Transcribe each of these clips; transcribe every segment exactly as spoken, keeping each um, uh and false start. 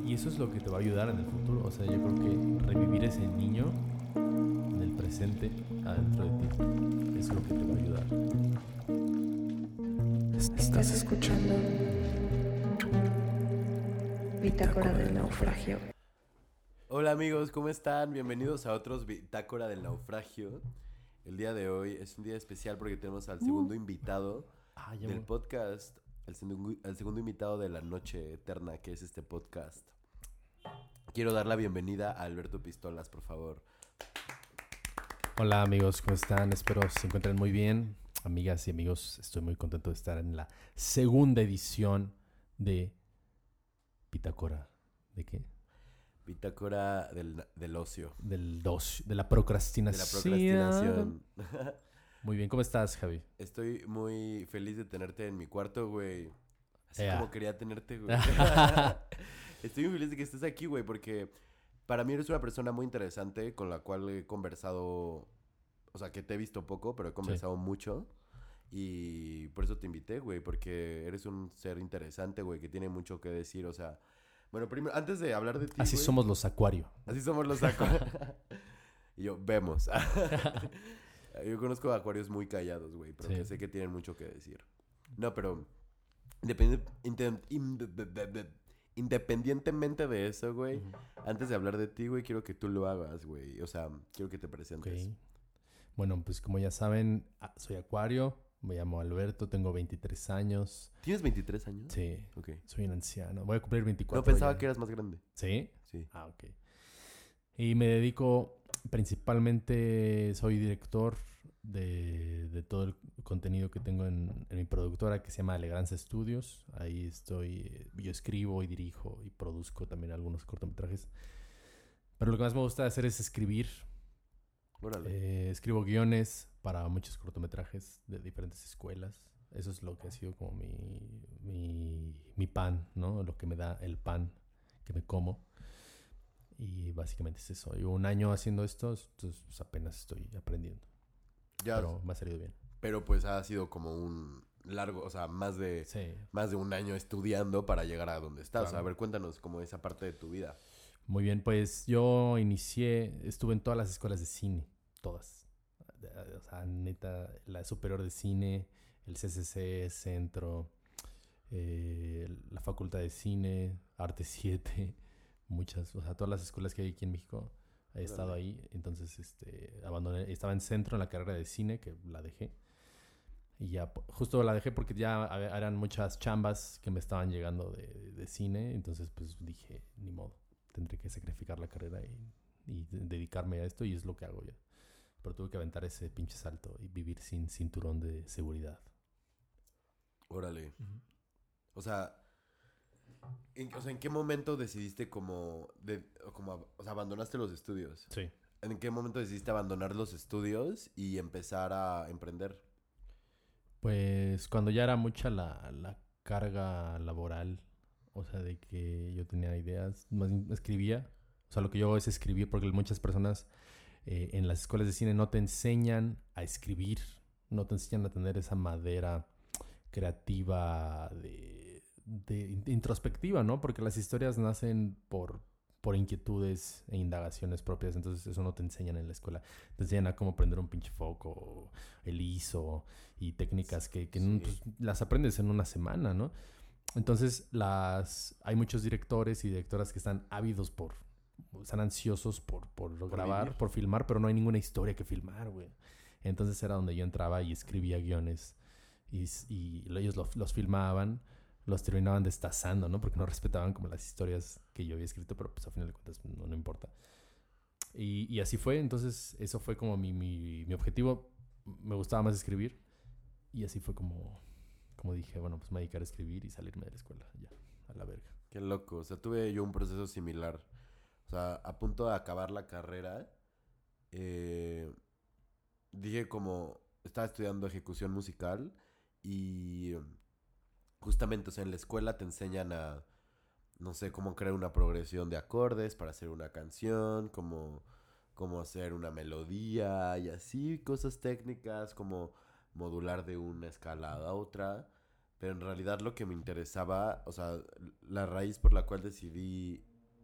y eso es lo que te va a ayudar en el futuro. O sea, yo creo que revivir ese niño en el presente, adentro de ti, es lo que te va a ayudar. Estás escuchando Bitácora del Naufragio. Hola amigos, ¿cómo están? Bienvenidos a otros Bitácora del Naufragio. El día de hoy es un día especial porque tenemos al segundo invitado Ah, ya del voy. podcast, el segundo, el segundo invitado de la noche eterna que es este podcast. Quiero dar la bienvenida a Alberto Pistolas, por favor. Hola amigos, ¿cómo están? Espero se encuentren muy bien. Amigas y amigos, estoy muy contento de estar en la segunda edición de Bitácora. ¿De qué? Bitácora del, del ocio, Del dos, de la de procrastinación. la procrastinación. Muy bien, ¿cómo estás, Javi? Estoy muy feliz de tenerte en mi cuarto, güey. Así Ea. como quería tenerte, güey. Estoy muy feliz de que estés aquí, güey, porque para mí eres una persona muy interesante con la cual he conversado, o sea, que te he visto poco, pero he conversado mucho. Y por eso te invité, güey, porque eres un ser interesante, güey, que tiene mucho que decir, o sea... Bueno, primero, antes de hablar de ti, Así güey, somos los Acuario. Así somos los acuarios. Y yo, vemos. Yo conozco acuarios muy callados, güey, pero Sí. que sé que tienen mucho que decir. No, pero independe- inte- inde- independientemente de eso, güey, Ujú. antes de hablar de ti, güey, quiero que tú lo hagas, güey. O sea, quiero que te presentes. Ok. Bueno, pues como ya saben, ah, soy Acuario, me llamo Alberto, tengo veintitrés años. ¿Tienes veintitrés años? Sí, Ok. soy un anciano. Voy a cumplir veinticuatro. No pensaba ya. que eras más grande. ¿Sí? Sí. Ah, ok. Y me dedico principalmente, soy director de, de todo el contenido que tengo en, en mi productora que se llama Alegranza Studios. Ahí estoy, eh, yo escribo y dirijo y produzco también algunos cortometrajes. Pero lo que más me gusta hacer es escribir. Órale. Eh, escribo guiones para muchos cortometrajes de diferentes escuelas. Eso es lo que ha sido como mi, mi, mi pan, ¿no? Lo que me da el pan que me como. Y básicamente es eso. Llevo un año haciendo esto, entonces pues, apenas estoy aprendiendo. Ya, Pero pero... me ha salido bien. pues ha sido como un largo, o sea, más de... Sí. más de un año estudiando para llegar a donde estás. Claro. O sea, a ver, cuéntanos como esa parte de tu vida. Muy bien, pues yo inicié, estuve en todas las escuelas de cine, todas. O sea, neta, la superior de cine, el C C C, Centro, eh, la Facultad de Cine, Arte siete, muchas, o sea, todas las escuelas que hay aquí en México. He estado Órale. ahí, entonces este, abandoné, estaba en Centro en la carrera de cine, que la dejé. Y ya, po- justo la dejé porque ya habe- eran muchas chambas que me estaban llegando de, de cine, entonces pues dije, ni modo, tendré que sacrificar la carrera y, y de- dedicarme a esto y es lo que hago ya. Pero tuve que aventar ese pinche salto y vivir sin cinturón de seguridad. Órale. O sea, ¿en, o sea, ¿en qué momento decidiste como... De, o como ab- o sea, abandonaste los estudios? Sí. ¿En qué momento decidiste abandonar los estudios y empezar a emprender? Pues cuando ya era mucha la, la carga laboral, o sea, de que yo tenía ideas, más bien escribía. O sea, lo que yo hago es escribir porque muchas personas eh, en las escuelas de cine no te enseñan a escribir, no te enseñan a tener esa madera creativa de, de in- introspectiva, ¿no? Porque las historias nacen por, por inquietudes e indagaciones propias, entonces eso no te enseñan en la escuela. Te enseñan a cómo prender un pinche foco, el I S O y técnicas que, que Sí. pues, las aprendes en una semana, ¿no? Entonces las hay muchos directores y directoras que están ávidos por, están ansiosos por, por, grabar, vivir. por filmar, pero no hay ninguna historia que filmar, güey. Entonces era donde yo entraba y escribía guiones y, s- y ellos lo- los filmaban, los terminaban destazando, ¿no? Porque no respetaban como las historias que yo había escrito, pero pues a final de cuentas no, no importa. Y, y así fue, entonces eso fue como mi, mi, mi objetivo. Me gustaba más escribir y así fue como, como dije, bueno, pues me voy a dedicar a escribir y salirme de la escuela, ya, a la verga. Qué loco. O sea, tuve yo un proceso similar. O sea, a punto de acabar la carrera, eh, dije como... Estaba estudiando ejecución musical y... Justamente, o sea, en la escuela te enseñan a... No sé, cómo crear una progresión de acordes para hacer una canción, cómo, cómo hacer una melodía y así, cosas técnicas, como modular de una escala a otra. Pero en realidad lo que me interesaba, o sea, la raíz por la cual decidí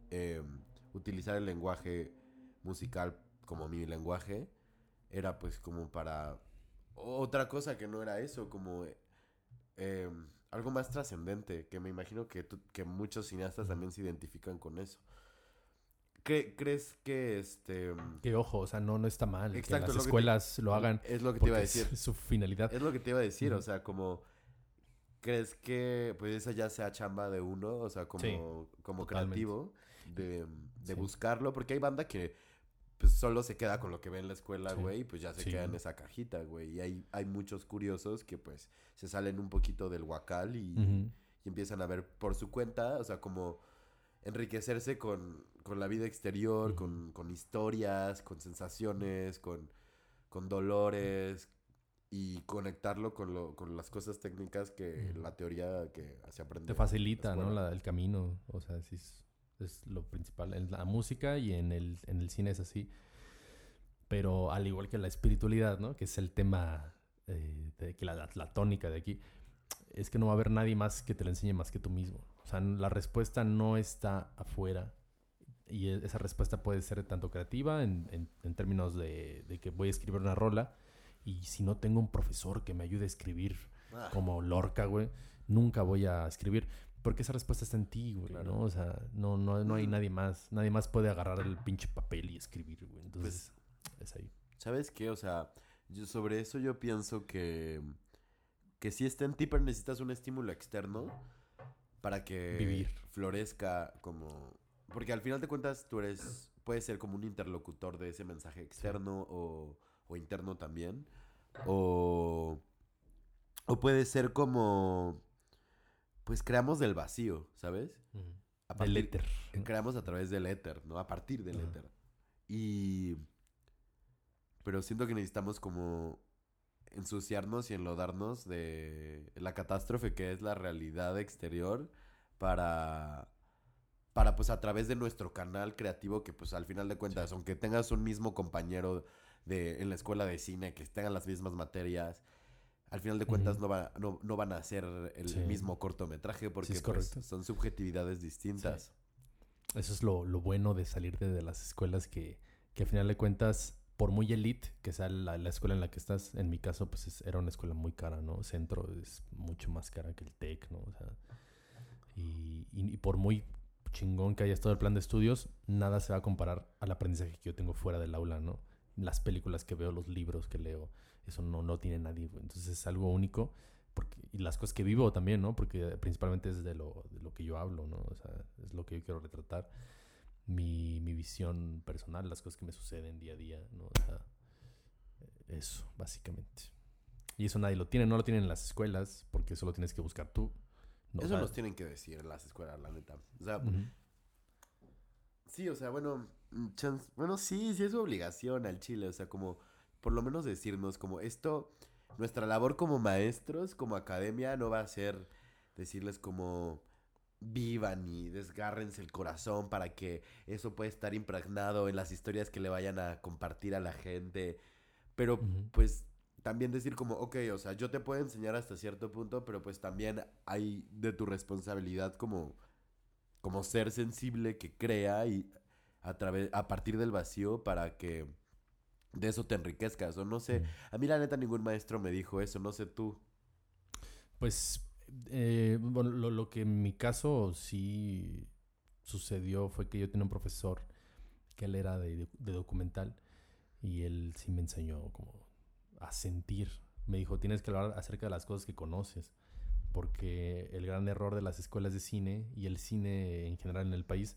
eh, utilizar el lenguaje musical como mi lenguaje era pues como para otra cosa que no era eso, como eh, algo más trascendente, que me imagino que, tú- que muchos cineastas también se identifican con eso. ¿Cre- ¿Crees que este... Que ojo, o sea, no, no está mal que Exacto, las es lo que te, escuelas lo hagan es lo que te iba a porque es decir. su finalidad. Es lo que te iba a decir, o Ujú. sea, como... ¿Crees que pues esa ya sea chamba de uno? O sea, Sí, como, como totalmente. creativo, de, de Sí, buscarlo, porque hay banda que pues solo se queda con lo que ve en la escuela, sí, güey, y pues ya se queda en sí. esa cajita, güey. Y hay, hay muchos curiosos que pues se salen un poquito del huacal y, Ujú, y empiezan a ver por su cuenta, o sea, como enriquecerse con, con la vida exterior, ujú, con, con historias, con sensaciones, con, con dolores y conectarlo con, lo, con las cosas técnicas que ujú. la teoría que se Te aprende en la facilita, ¿no? escuela. La, el camino, o sea, sí es, es lo principal. En la música y en el, en el cine es así. Pero al igual que la espiritualidad, ¿no? Que es el tema, eh, de que la, la, la tónica de aquí, es que no va a haber nadie más que te lo enseñe más que tú mismo. O sea, la respuesta no está afuera. Y e- esa respuesta puede ser tanto creativa en, en- en términos de, de que voy a escribir una rola y si no tengo un profesor que me ayude a escribir Ah, como Lorca, güey, nunca voy a escribir. Porque esa respuesta está en ti, güey, ¿no? claro. O sea, no, no, no hay Mm, nadie más. Nadie más puede agarrar el pinche papel y escribir, güey. pues, Entonces, es ahí. ¿sabes qué? O sea, yo sobre eso yo pienso que, que sí está en ti, pero necesitas un estímulo externo para Vivir. que florezca como... Porque al final de cuentas tú eres, puedes ser como un interlocutor de ese mensaje Sí. externo o, o interno también. O, o puede ser como, pues creamos del vacío, ¿sabes? Ujú. A Del partir, éter, eh, ¿no? creamos a través del éter, ¿no? A partir del Ajá. éter. Y, pero siento que necesitamos como ensuciarnos y enlodarnos de la catástrofe que es la realidad exterior para, para pues a través de nuestro canal creativo que pues al final de Sí. cuentas, aunque tengas un mismo compañero de, en la escuela de cine, que tengan las mismas materias, al final de cuentas Ujú. no, va, no, no van a hacer el Sí. mismo cortometraje Sí, porque es pues correcto. son subjetividades Sí. distintas. Eso es lo, lo bueno de salir de, de las escuelas que, que al final de cuentas, por muy elite que sea la, la escuela en la que estás, en mi caso, pues es- era una escuela muy cara, ¿no? Centro es mucho más cara que el TEC, ¿no? O sea, y, y- y por muy chingón que haya estado el plan de estudios, nada se va a comparar al aprendizaje que yo tengo fuera del aula, ¿no? Las películas que veo, los libros que leo, eso no, no tiene nadie, güey. Entonces es algo único. Porque, y las cosas que vivo también, ¿no? Porque principalmente es de lo, de lo que yo hablo, ¿no? O sea, es lo que yo quiero retratar. Mi, mi visión personal, las cosas que me suceden día a día, ¿no? O sea, eso, básicamente. Y eso nadie lo tiene, no lo tienen en las escuelas, porque eso lo tienes que buscar tú. No, o Eso sea, nos tienen que decir en las escuelas, la neta. O sea, ujú, sí, o sea, bueno, mm, chance- bueno, sí, sí es su obligación al Chile, o sea, como por lo menos decirnos como esto, nuestra labor como maestros, como academia, no va a ser decirles como vivan y desgárrense el corazón para que eso pueda estar impregnado en las historias que le vayan a compartir a la gente, pero ujú. pues también decir como, ok, o sea, yo te puedo enseñar hasta cierto punto, pero pues también hay de tu responsabilidad como como ser sensible que crea y a través a partir del vacío para que de eso te enriquezcas o no sé, Mm. a mí la neta ningún maestro me dijo eso, no sé tú. Pues, eh, bueno, lo, lo que en mi caso sí sucedió fue que yo tenía un profesor que él era de, de documental y él sí me enseñó como a sentir. Me dijo, tienes que hablar acerca de las cosas que conoces, porque el gran error de las escuelas de cine y el cine en general en el país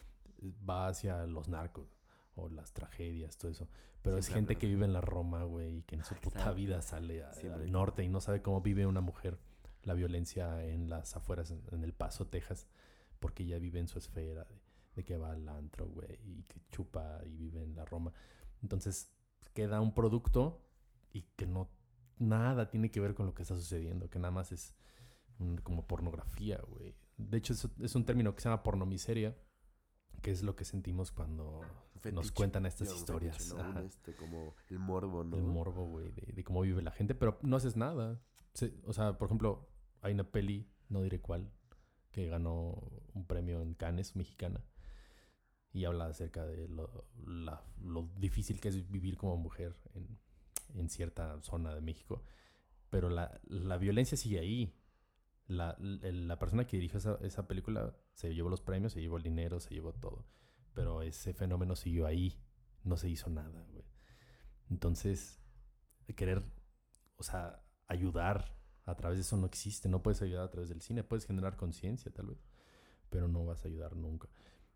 va hacia los narcos o las tragedias, todo eso. Pero es Siempre gente hablan que de... vive en la Roma, güey, y que en su puta Exacto, vida sale a- siempre al como... norte y no sabe cómo vive una mujer la violencia en las afueras, en, en El Paso, Texas, porque ella vive en su esfera de, de que va al antro, güey, y que chupa y vive en la Roma. Entonces queda un producto y que no nada tiene que ver con lo que está sucediendo, que nada más es un- como pornografía, güey. De hecho, es, es un término que se llama pornomiseria, que es lo que sentimos cuando un nos fetiche, cuentan estas digo, un historias. fetiche, ¿no? Un Ajá. este, como el morbo, El ¿no? morbo, güey, de, de cómo vive la gente, pero no haces nada. Se- o sea, por ejemplo, hay una peli, no diré cuál, que ganó un premio en Cannes, mexicana, y habla acerca de lo, la, lo difícil que es vivir como mujer en, en cierta zona de México. Pero la, la violencia sigue ahí. La, la, la persona que dirigió esa, esa película se llevó los premios, se llevó el dinero, se llevó todo. Pero ese fenómeno siguió ahí. No se hizo nada, güey. Entonces, querer, o sea, ayudar a través de eso no existe. No puedes ayudar a través del cine. Puedes generar conciencia, tal vez. Pero no vas a ayudar nunca.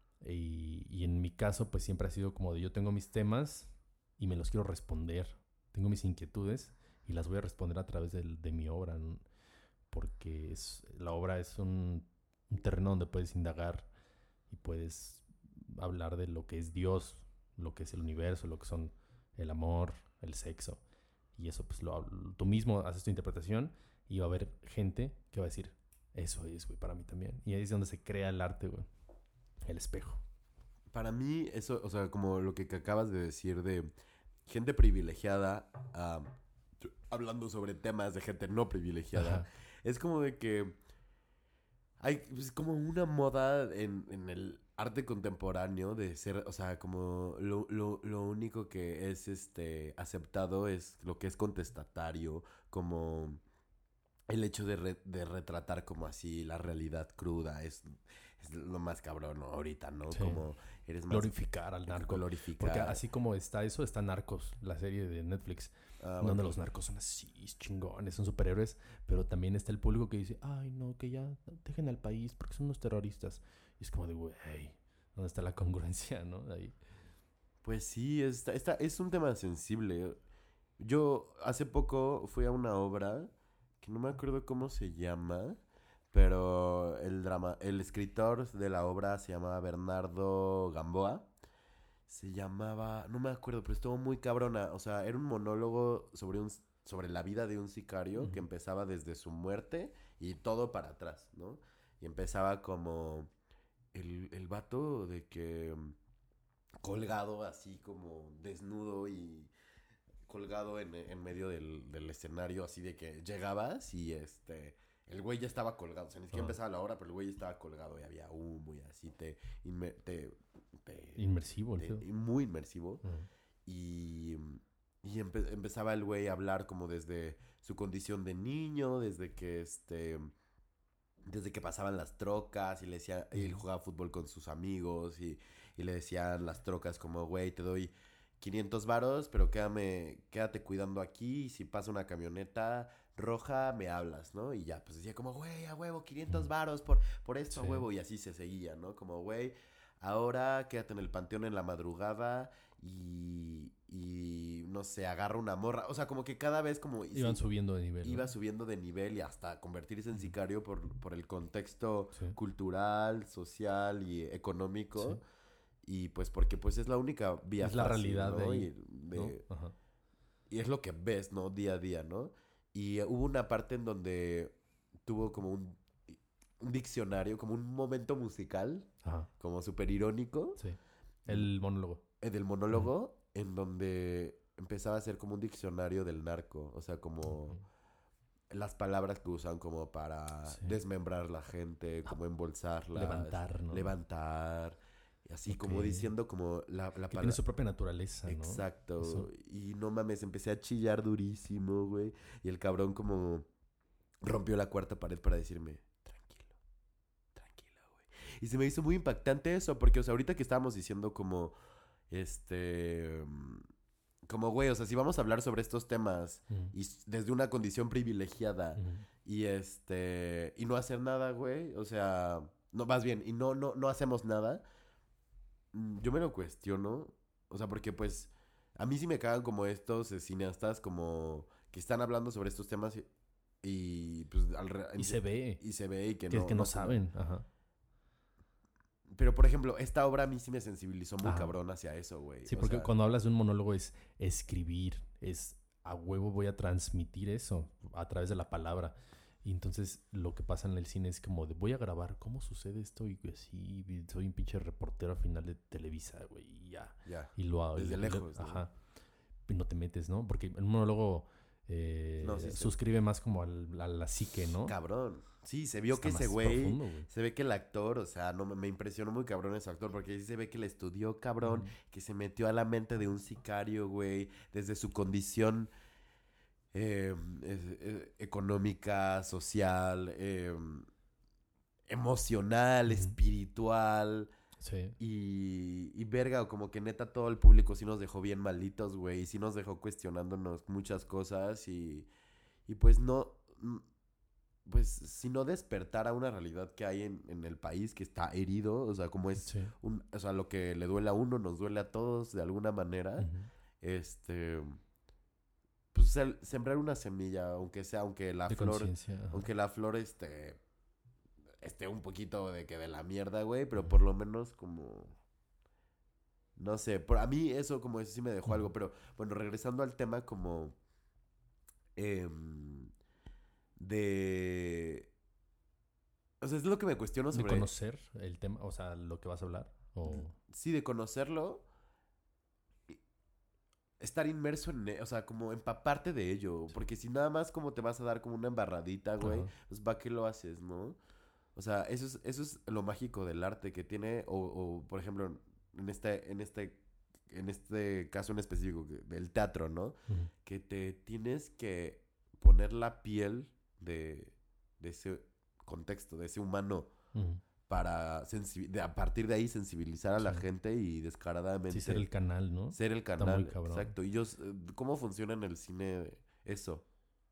Y, y en mi caso, pues siempre ha sido como de yo tengo mis temas y me los quiero responder. Tengo mis inquietudes y las voy a responder a través de, de mi obra, ¿no? Porque es, la obra es un, un terreno donde puedes indagar y puedes hablar de lo que es Dios, lo que es el universo, lo que son el amor, el sexo. Y eso, pues, lo, tú mismo haces tu interpretación y va a haber gente que va a decir, eso es, güey, para mí también. Y ahí es donde se crea el arte, güey. El espejo. Para mí, eso, o sea, como lo que acabas de decir de gente privilegiada, uh, hablando sobre temas de gente no privilegiada, ajá, es como de que hay pues, como una moda en, en el arte contemporáneo de ser, o sea, como lo, lo, lo único que es este aceptado es lo que es contestatario, como el hecho de, re, de retratar como así la realidad cruda es, es lo más cabrón, ¿no? Ahorita, ¿no? Sí. Como eres más... Glorificar al narco. Glorificar. Porque así como está eso, está Narcos, la serie de Netflix. Ah, donde bueno. Los narcos son así, chingones, son superhéroes. Pero también está el público que dice, ay, no, que ya dejen al país porque son unos terroristas. Y es como de, güey, ¿dónde está la congruencia, no? Ahí. Pues sí, está, está, es un tema sensible. Yo hace poco fui a una obra... que no me acuerdo cómo se llama, pero el drama, el escritor de la obra se llamaba Bernardo Gamboa. Se llamaba, no me acuerdo, pero estuvo muy cabrona. O sea, era un monólogo sobre un sobre la vida de un sicario uh-huh. que empezaba desde su muerte y todo para atrás, ¿no? Y empezaba como el, el vato de que colgado así como desnudo y colgado en, en medio del, del escenario, así de que llegabas y este el güey ya estaba colgado, o sea, ni siquiera uh-huh. empezaba la hora, pero el güey estaba colgado y había humo y así te, inme, te, te inmersivo, te, te, muy inmersivo uh-huh. y, y empe, empezaba el güey a hablar como desde su condición de niño, desde que este desde que pasaban las trocas y le decía, y él jugaba fútbol con sus amigos y, y le decían las trocas como, güey, te doy quinientos varos, pero quédame, quédate cuidando aquí y si pasa una camioneta roja, me hablas, ¿no? Y ya, pues decía como, güey, a huevo, quinientos varos por, por esto, sí. a huevo, y así se seguía, ¿no? Como, güey, ahora quédate en el panteón en la madrugada y, y no sé, agarra una morra. O sea, como que cada vez como... Iban sí, subiendo de nivel. Iba ¿no? subiendo de nivel y hasta convertirse en sicario por, por el contexto sí. cultural, social y económico. Sí. Y pues porque pues es la única vía es fácil, la realidad, ¿no? de, y, de ¿no? Ajá. y es lo que ves, ¿no? Día a día, ¿no? Y hubo una parte en donde tuvo como un, un diccionario, como un momento musical, ajá. como súper irónico. Sí. El monólogo. En el monólogo, uh-huh. en donde empezaba a ser como un diccionario del narco. O sea, como uh-huh. las palabras que usan como para sí. desmembrar la gente, como embolsarla. Levantar, ¿no? Levantar. Así okay. como diciendo como la, la palabra. Tiene su propia naturaleza, ¿no? Exacto. Eso. Y no mames, empecé a chillar durísimo, güey. Y el cabrón como rompió la cuarta pared para decirme, tranquilo, tranquilo, güey. Y se me hizo muy impactante eso, porque, o sea, ahorita que estábamos diciendo como, este... Como, güey, o sea, si vamos a hablar sobre estos temas uh-huh. y desde una condición privilegiada uh-huh. y este... Y no hacer nada, güey, o sea... No, más bien, y no, no, no hacemos nada... Yo me lo cuestiono, o sea, porque pues a mí sí me cagan como estos eh, cineastas como que están hablando sobre estos temas y, y pues al re- y se ve y se ve y que, que no que no, no saben, ajá. Pero por ejemplo, esta obra a mí sí me sensibilizó muy ajá. cabrón hacia eso, güey. Sí, o porque sea, cuando hablas de un monólogo es escribir, es a huevo voy a transmitir eso a través de la palabra. Y entonces lo que pasa en el cine es como de voy a grabar cómo sucede esto y así soy un pinche reportero al final de Televisa, güey, y ya. Ya. Y lo hago. Desde y, lejos, ¿no? ¿no? Ajá. Y no te metes, ¿no? Porque el monólogo eh, no, sí, suscribe sí. más como al, a la psique, ¿no? Cabrón. Sí, se vio está que ese más güey, profundo, güey. se ve que el actor, o sea, no me, me impresionó muy cabrón ese actor, porque sí se ve que le estudió cabrón, Ujú. que se metió a la mente de un sicario, güey, desde su condición eh, eh, eh, económica, social, eh, emocional, Ujú. espiritual. Sí. Y, y verga, como que neta todo el público sí nos dejó bien malitos, güey. Y sí nos dejó cuestionándonos muchas cosas y, y pues no, mm, pues si no despertar a una realidad que hay en, en el país que está herido, o sea, como es Sí. un, o sea, lo que le duele a uno nos duele a todos de alguna manera. Ujú. Este, pues el- sembrar una semilla, aunque sea, aunque la De flor, conciencia. Ajá. aunque la flor este, esté un poquito de que de la mierda, güey, pero Ujú. por lo menos como no sé, por a mí eso como eso sí me dejó Ujú. algo, pero bueno, regresando al tema como em, de... O sea, es lo que me cuestiono De sobre... conocer el tema, o sea, lo que vas a hablar. O... Sí, de conocerlo, y estar inmerso en... e- O sea, como empaparte de ello, Sí. porque si nada más como te vas a dar como una embarradita, güey, Ajá. pues ¿para qué lo haces, no? O sea, eso es, eso es lo mágico del arte que tiene, o, o, por ejemplo, en este, en este, en este caso en específico, que- del teatro, ¿no? Ujú. Que te tienes que poner la piel de, de ese contexto, de ese humano, Ujú. para sensi- de, a partir de ahí sensibilizar a la Sí. gente y descaradamente Sí, ser el canal, ¿no? ser el Está muy canal, cabrón. exacto. Y yo, s- eh, ¿cómo funciona en el cine eso?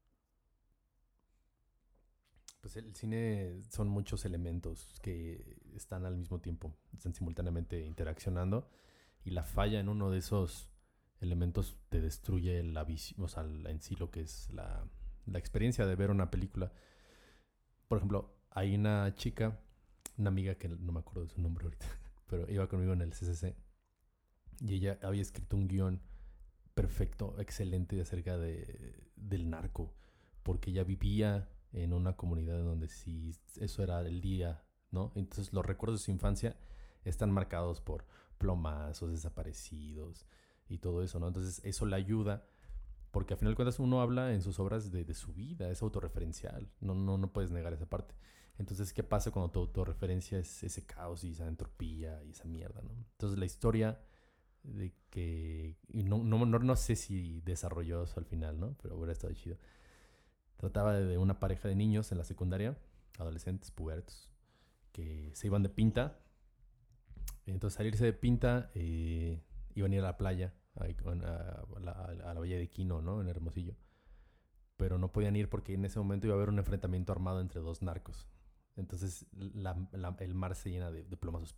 Pues el cine son muchos elementos que están al mismo tiempo, están simultáneamente interaccionando y la falla en uno de esos elementos te destruye la visión, o sea, la- en sí lo que es la, la experiencia de ver una película. Por ejemplo, hay una chica, una amiga que no me acuerdo de su nombre ahorita, pero iba conmigo en el C C C y ella había escrito un guión perfecto, excelente acerca de, del narco, porque ella vivía en una comunidad en donde sí, eso era el día, ¿no? Entonces los recuerdos de su infancia están marcados por plomazos, desaparecidos y todo eso, ¿no? Entonces eso le ayuda, porque al final de cuentas uno habla en sus obras de, de su vida, es autorreferencial, no, no, no puedes negar esa parte. Entonces, ¿qué pasa cuando tu autorreferencia es ese caos y esa entropía y esa mierda, ¿no? Entonces la historia de que y no, no, no, no sé si desarrolló eso al final, ¿no? Pero hubiera estado chido. Trataba de, de una pareja de niños en la secundaria, adolescentes, pubertos, que se iban de pinta. Entonces, al irse de pinta, eh, iban a ir a la playa, ahí con- a, a la, a la bahía de Quino, ¿no? En Hermosillo. Pero no podían ir porque en ese momento iba a haber un enfrentamiento armado entre dos narcos. Entonces, la, la, el mar se llena de, de plomazos.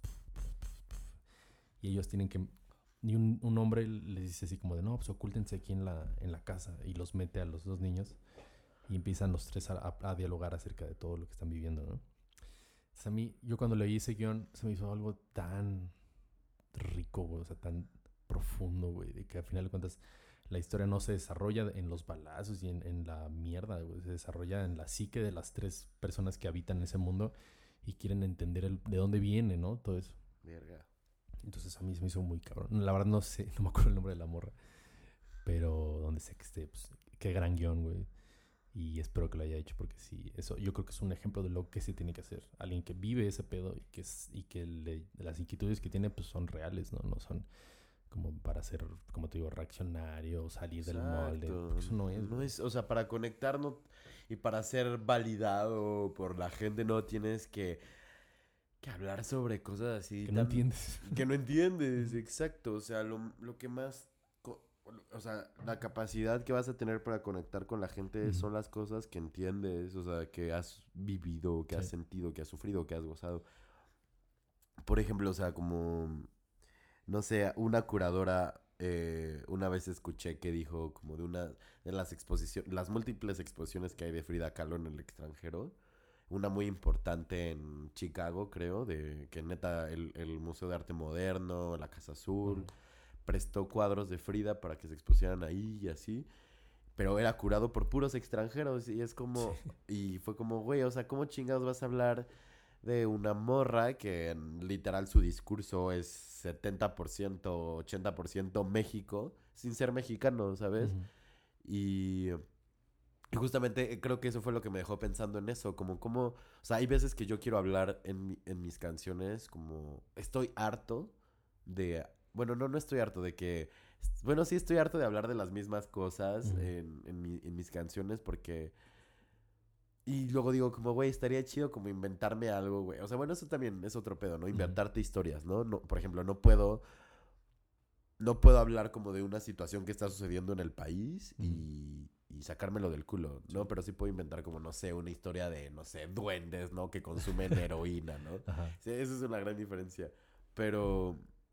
Y ellos tienen que... Y un, un hombre les dice así como de, no, pues ocúltense aquí en la, en la casa. Y los mete a los dos niños. Y empiezan los tres a, a, a dialogar acerca de todo lo que están viviendo, ¿no? Entonces a mí, yo cuando leí ese guión, se me hizo algo tan rico, güey. O sea, tan profundo, güey. De que al final de cuentas la historia no se desarrolla en los balazos y en, en la mierda, güey. Se desarrolla en la psique de las tres personas que habitan ese mundo y quieren entender el, de dónde viene, ¿no? Todo eso. Verga. Entonces a mí se me hizo muy cabrón. La verdad no sé, no me acuerdo el nombre de la morra. Pero donde sé que esté, pues, qué gran guión, güey. Y espero que lo haya hecho porque sí, eso yo creo que es un ejemplo de lo que se tiene que hacer. Alguien que vive ese pedo y que, es, y que le, las inquietudes que tiene pues son reales, ¿no? No son como para ser, como te digo, reaccionario, salir del molde. Exacto. Porque eso no es, No güey. es, o sea, para conectarnos y para ser validado por la gente no tienes que, que hablar sobre cosas así Que no tan... entiendes. Que no entiendes, exacto. O sea, lo, lo que más... co- O sea, la capacidad que vas a tener para conectar con la gente Ujú. son las cosas que entiendes, o sea, que has vivido, que has Sí. sentido, que has sufrido, que has gozado. Por ejemplo, o sea, como... No sé, una curadora eh, una vez escuché que dijo como de una de las exposiciones, las múltiples exposiciones que hay de Frida Kahlo en el extranjero, una muy importante en Chicago, creo, de que neta el, el Museo de Arte Moderno, la Casa Azul, Ujú. prestó cuadros de Frida para que se expusieran ahí y así, pero era curado por puros extranjeros y es Sí. como, y fue como, güey, o sea, ¿cómo chingados vas a hablar de una morra que en literal su discurso es setenta por ciento, ochenta por ciento México, sin ser mexicano, ¿sabes? Ujú. Y, Y justamente eh, creo que eso fue lo que me dejó pensando en eso, como como, o sea, hay veces que yo quiero hablar en, mi- en mis canciones, como estoy harto de, bueno, no, no estoy harto de que, bueno, sí estoy harto de hablar de las mismas cosas Ujú. en, en, mi- en mis canciones porque, y luego digo como, güey, estaría chido como inventarme algo, güey. O sea, bueno, eso también es otro pedo, ¿no? Ujú. Inventarte historias, ¿no? No, por ejemplo, no puedo no puedo hablar como de una situación que está sucediendo en el país Ujú. y, y sacármelo del culo, ¿no? Sí. Pero sí puedo inventar como, no sé, una historia de, no sé, duendes, ¿no? Que consumen heroína, ¿no? Ajá. Sí, esa es una gran diferencia. Pero,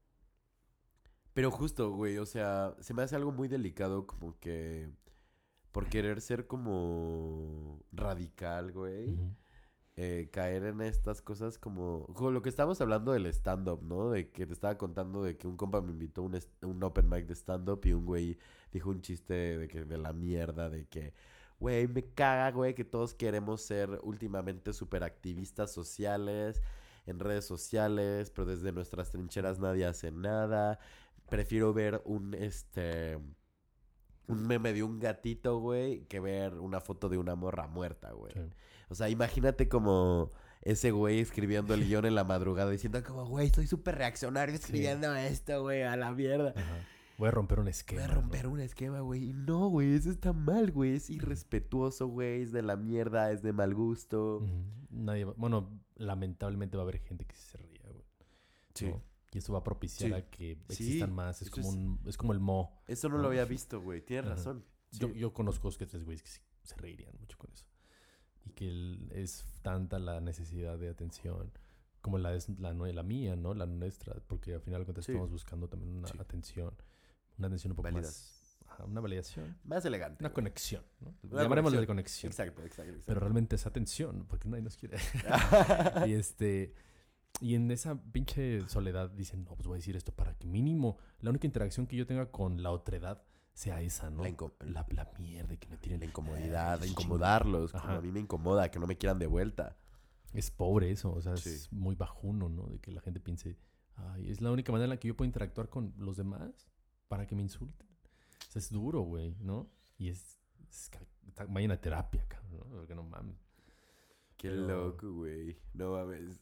pero justo, güey, o sea, se me hace algo muy delicado como que por querer ser como radical, güey. Ujú. eh, caer en estas cosas como, como lo que estábamos hablando del stand-up, ¿no? De que te estaba contando de que un compa me invitó a un, est- un open mic de stand-up y un güey dijo un chiste de que de la mierda, de que, güey, me caga, güey, que todos queremos ser últimamente superactivistas sociales en redes sociales, pero desde nuestras trincheras nadie hace nada. Prefiero ver un, este, un meme de un gatito, güey, que ver una foto de una morra muerta, güey. Sí. O sea, imagínate como ese güey escribiendo el guión en la madrugada diciendo como, güey, soy súper reaccionario escribiendo esto, güey, a la mierda. Ajá. Voy a romper un Voy esquema. a romper ¿no? un esquema, güey. Y no, güey, eso está mal, güey. Es irrespetuoso, güey. Es de la mierda, es de mal gusto. Ujú. Nadie va- Bueno, lamentablemente va a haber gente que sí se ría, güey. Sí. ¿no? Y eso va a propiciar Sí. a que Sí. existan más. Es Eso como es- un, es como el mo. Eso no ¿no? lo había visto, güey. Tienes Ajá. razón. Sí. Yo, yo conozco dos que tres güeyes que sí se reirían mucho con eso. Y que el- es tanta la necesidad de atención como la, es, la, nue- la mía, ¿no? La nuestra. Porque al final de cuentas Sí. estamos buscando también una Sí. atención. Una atención un poco Válida. más... ajá, una validación. Más elegante. Una güey. conexión, ¿no? Una Llamaremosle de conexión. conexión. Exacto, exacto, exacto. Pero realmente es atención, porque nadie nos quiere. y este... Y en esa pinche soledad dicen, no, pues voy a decir esto para que mínimo la única interacción que yo tenga con la otredad sea esa, ¿no? La inco- La, la mierda que me tiren. La incomodidad, de Ay, incomodarlos, como Ajá. a mí me incomoda, que no me quieran de vuelta. Es pobre eso, o sea, Sí. es muy bajuno, ¿no? De que la gente piense, ay, es la única manera en la que yo puedo interactuar con los demás para que me insulten. O sea, es duro, güey, ¿no? Y es, es ca- ta- vayan a terapia, cabrón, ¿no? Porque no mames. Qué Pero- loco, güey. No mames.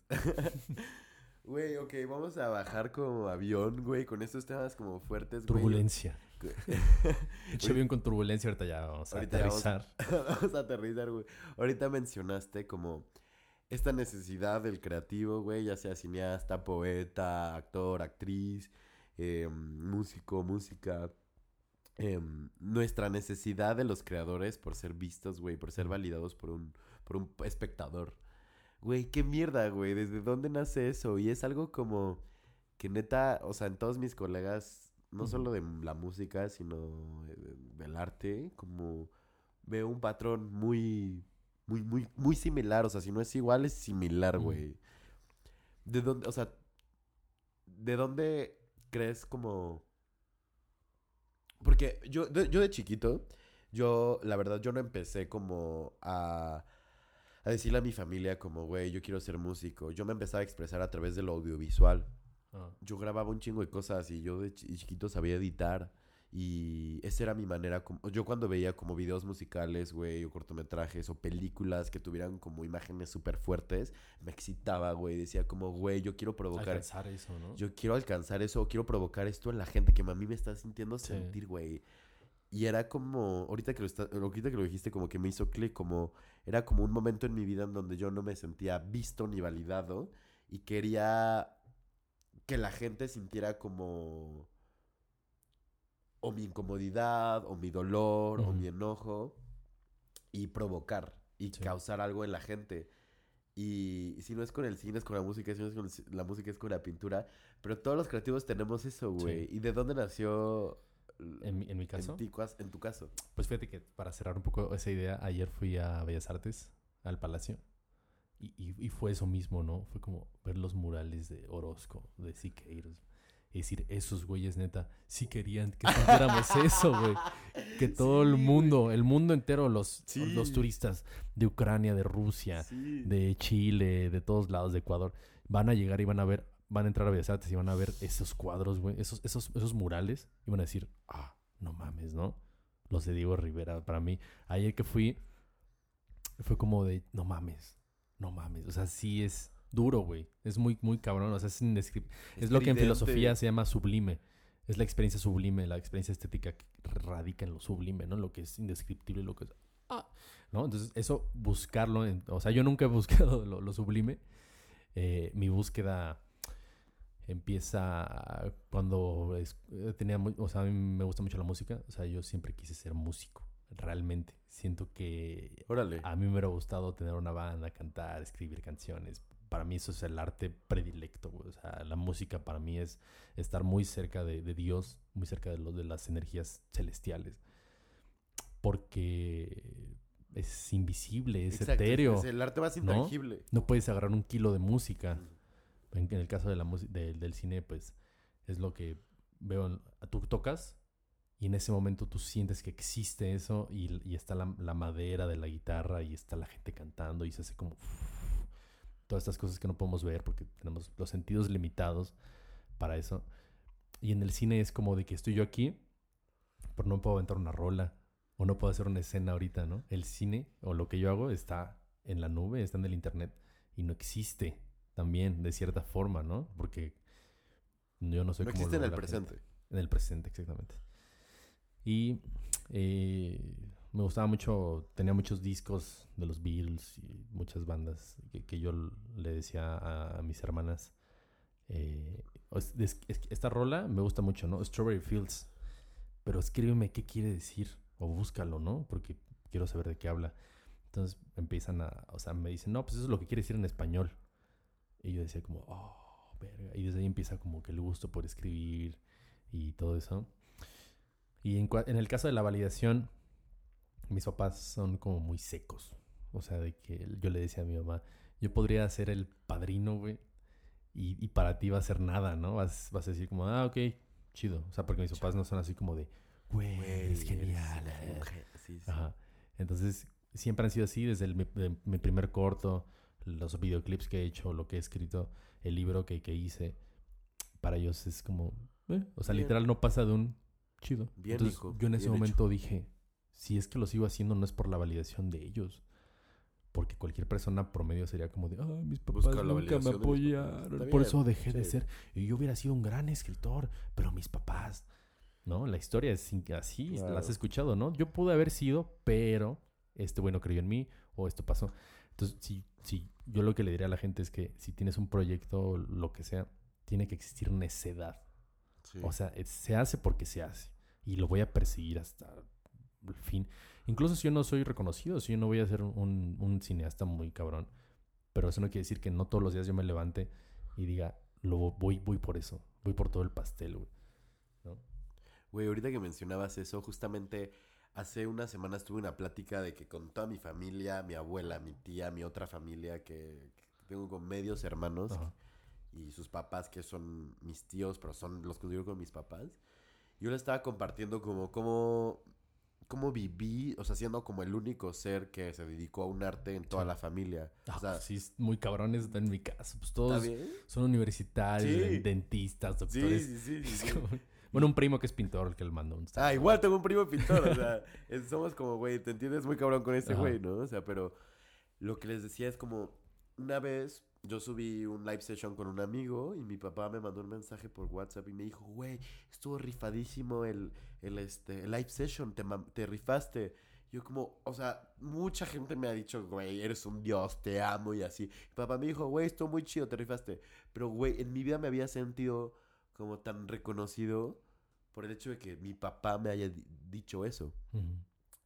Güey, ok, vamos a bajar como avión, güey, con estos temas como fuertes, güey. Turbulencia. Güey. Pinche avión con turbulencia, ahorita ya vamos a Ahorita ya vamos- aterrizar. Vamos a aterrizar, güey. Ahorita mencionaste como esta necesidad del creativo, güey, ya sea cineasta, poeta, actor, actriz, eh, músico, música. eh, nuestra necesidad de los creadores por ser vistos, güey, por ser validados por un, por un espectador. Güey, qué mierda, güey, ¿desde dónde nace eso? Y es algo como que neta, o sea, en todos mis colegas, no Ujú. solo de la música, sino de- del arte, como veo un patrón muy, muy, muy, muy similar. O sea, si no es igual, es similar, Ujú. güey. ¿De dónde, o sea, de dónde crees como... Porque yo de, yo de chiquito, yo, la verdad, yo no empecé como a, a decirle a mi familia como, güey, yo quiero ser músico. Yo me empezaba a expresar a través de lo audiovisual. Ah, Yo grababa un chingo de cosas y yo de chi- chiquito sabía editar. Y esa era mi manera. Como, yo cuando veía como videos musicales, güey, o cortometrajes o películas que tuvieran como imágenes súper fuertes, me excitaba, güey. Decía como, güey, yo quiero provocar... alcanzar eso, ¿no? Yo quiero alcanzar eso, o quiero provocar esto en la gente que a mí me está sintiendo Sí. sentir, güey. Y era como, ahorita que, lo está, ahorita que lo dijiste, como que me hizo clic, como, era como un momento en mi vida en donde yo no me sentía visto ni validado y quería que la gente sintiera como o mi incomodidad, o mi dolor, o Ujú. mi enojo y provocar y Sí. causar algo en la gente. Y si no es con el cine, es con la música, si no es con el ci- la música, es con la pintura. Pero todos los creativos tenemos eso, güey. ¿Y de dónde nació En, mi- en mi caso, en, ti cuas- en tu caso? pues fíjate que para cerrar un poco esa idea, ayer fui a Bellas Artes, al Palacio, y, y, y fue eso mismo, ¿no? Fue como ver los murales de Orozco, de Siqueiros. Y decir, esos güeyes, neta, sí querían que sintiéramos eso, güey. Que todo Sí, el güey. mundo, el mundo entero, los, Sí. los turistas de Ucrania, de Rusia, Sí. de Chile, de todos lados, de Ecuador, van a llegar y van a ver, van a entrar a Bellas Artes y van a ver esos cuadros, güey, esos, esos, esos murales, y van a decir, ah, no mames, ¿no? los de Diego Rivera. Para mí, ayer que fui, fue como de, no mames, no mames. O sea, sí es duro, güey. Es muy, muy cabrón. O sea, es indescriptible. Es, es lo que en filosofía se llama sublime. Es la experiencia sublime, la experiencia estética que radica en lo sublime, ¿no? Lo que es indescriptible, lo que es... Ah, ¿no? Entonces, eso, buscarlo... En, o sea, yo nunca he buscado lo, lo sublime. Eh, mi búsqueda empieza cuando es, tenía... Muy, o sea, a mí me gusta mucho la música. O sea, yo siempre quise ser músico. Realmente. Siento que... Órale. A mí me hubiera gustado tener una banda, cantar, escribir canciones. Para mí eso es el arte predilecto, güey. O sea, la música para mí es estar muy cerca de, de Dios, muy cerca de, lo, de las energías celestiales. Porque es invisible, es Exacto, etéreo. Es el arte más intangible. ¿No? No puedes agarrar un kilo de música. Mm. En, en el caso de la de, del cine, pues, es lo que veo. Tú tocas y en ese momento tú sientes que existe eso y, y está la, la madera de la guitarra y está la gente cantando y se hace como... Todas estas cosas que no podemos ver porque tenemos los sentidos limitados para eso. Y en el cine es como de que estoy yo aquí, pero no puedo aventar una rola o no puedo hacer una escena ahorita, ¿no? El cine o lo que yo hago está en la nube, está en el internet y no existe también de cierta forma, ¿no? Porque yo no soy no como... existe en el gente. presente. En el presente, exactamente. Y... Eh, me gustaba mucho, tenía muchos discos de los Beatles y muchas bandas que, que yo le decía a, a mis hermanas. Eh, es, es, es, esta rola me gusta mucho, ¿no? Strawberry Fields. Pero escríbeme qué quiere decir o búscalo, ¿no? Porque quiero saber de qué habla. Entonces empiezan a, o sea, me dicen, no, pues eso es lo que quiere decir en español. Y yo decía como, oh, verga. Y desde ahí empieza como que el gusto por escribir y todo eso. Y en, en el caso de la validación... Mis papás son como muy secos. O sea, de que yo le decía a mi mamá, yo podría ser el padrino, güey. Y, y para ti va a ser nada, ¿no? Vas, vas a decir como, ah, ok, chido. O sea, porque mis papás no son así como de, güey, es genial. Eh. Sí, sí. Ajá. Entonces, siempre han sido así desde el, mi, de, mi primer corto, los videoclips que he hecho, lo que he escrito, el libro que, que hice. Para ellos es como, eh. O sea, bien. Literal no pasa de un chido. Bien, Entonces, hijo, yo en ese bien momento hecho. dije... Si es que lo sigo haciendo no es por la validación de ellos. Porque cualquier persona promedio sería como de... Ah, mis papás Busca nunca me apoyaron. Por bien, eso dejé sí. de ser... Y yo hubiera sido un gran escritor. Pero mis papás... ¿No? La historia es así. Claro. La has escuchado, ¿no? Yo pude haber sido, pero... Este güey no creyó en mí. O esto pasó. Entonces, sí, sí. Yo lo que le diría a la gente es que... Si tienes un proyecto, lo que sea... Tiene que existir necedad. Sí. O sea, se hace porque se hace. Y lo voy a perseguir hasta... el fin. Incluso si yo no soy reconocido, si yo no voy a ser un, un cineasta muy cabrón, pero eso no quiere decir que no todos los días yo me levante y diga, lo voy, voy por eso, voy por todo el pastel, güey. ¿No? Güey, ahorita que mencionabas eso, justamente hace unas semanas tuve una plática de que con toda mi familia, mi abuela, mi tía, mi otra familia, que, que tengo con medios hermanos, uh-huh. y sus papás, que son mis tíos, pero son los que vivo con mis papás, yo les estaba compartiendo como cómo... cómo viví, o sea, siendo como el único ser que se dedicó a un arte en toda sí. la familia. Ah, o sea, sí, es muy cabrones en mi caso. Pues todos son universitarios, sí. dentistas, doctores. Sí, sí, sí. sí, sí. Como... Bueno, un primo que es pintor, el que le mandó un... Ah, igual tengo un primo pintor, o sea, es, somos como, güey, te entiendes muy cabrón con este güey, ¿no? O sea, pero lo que les decía es como, una vez yo subí un live session con un amigo y mi papá me mandó un mensaje por WhatsApp y me dijo, güey, estuvo rifadísimo el, el, este, el live session, te, te rifaste. Yo como, o sea, mucha gente me ha dicho, güey, eres un dios, te amo y así. Mi papá me dijo, güey, estuvo muy chido, te rifaste. Pero, güey, en mi vida me había sentido como tan reconocido por el hecho de que mi papá me haya d- dicho eso. Uh-huh.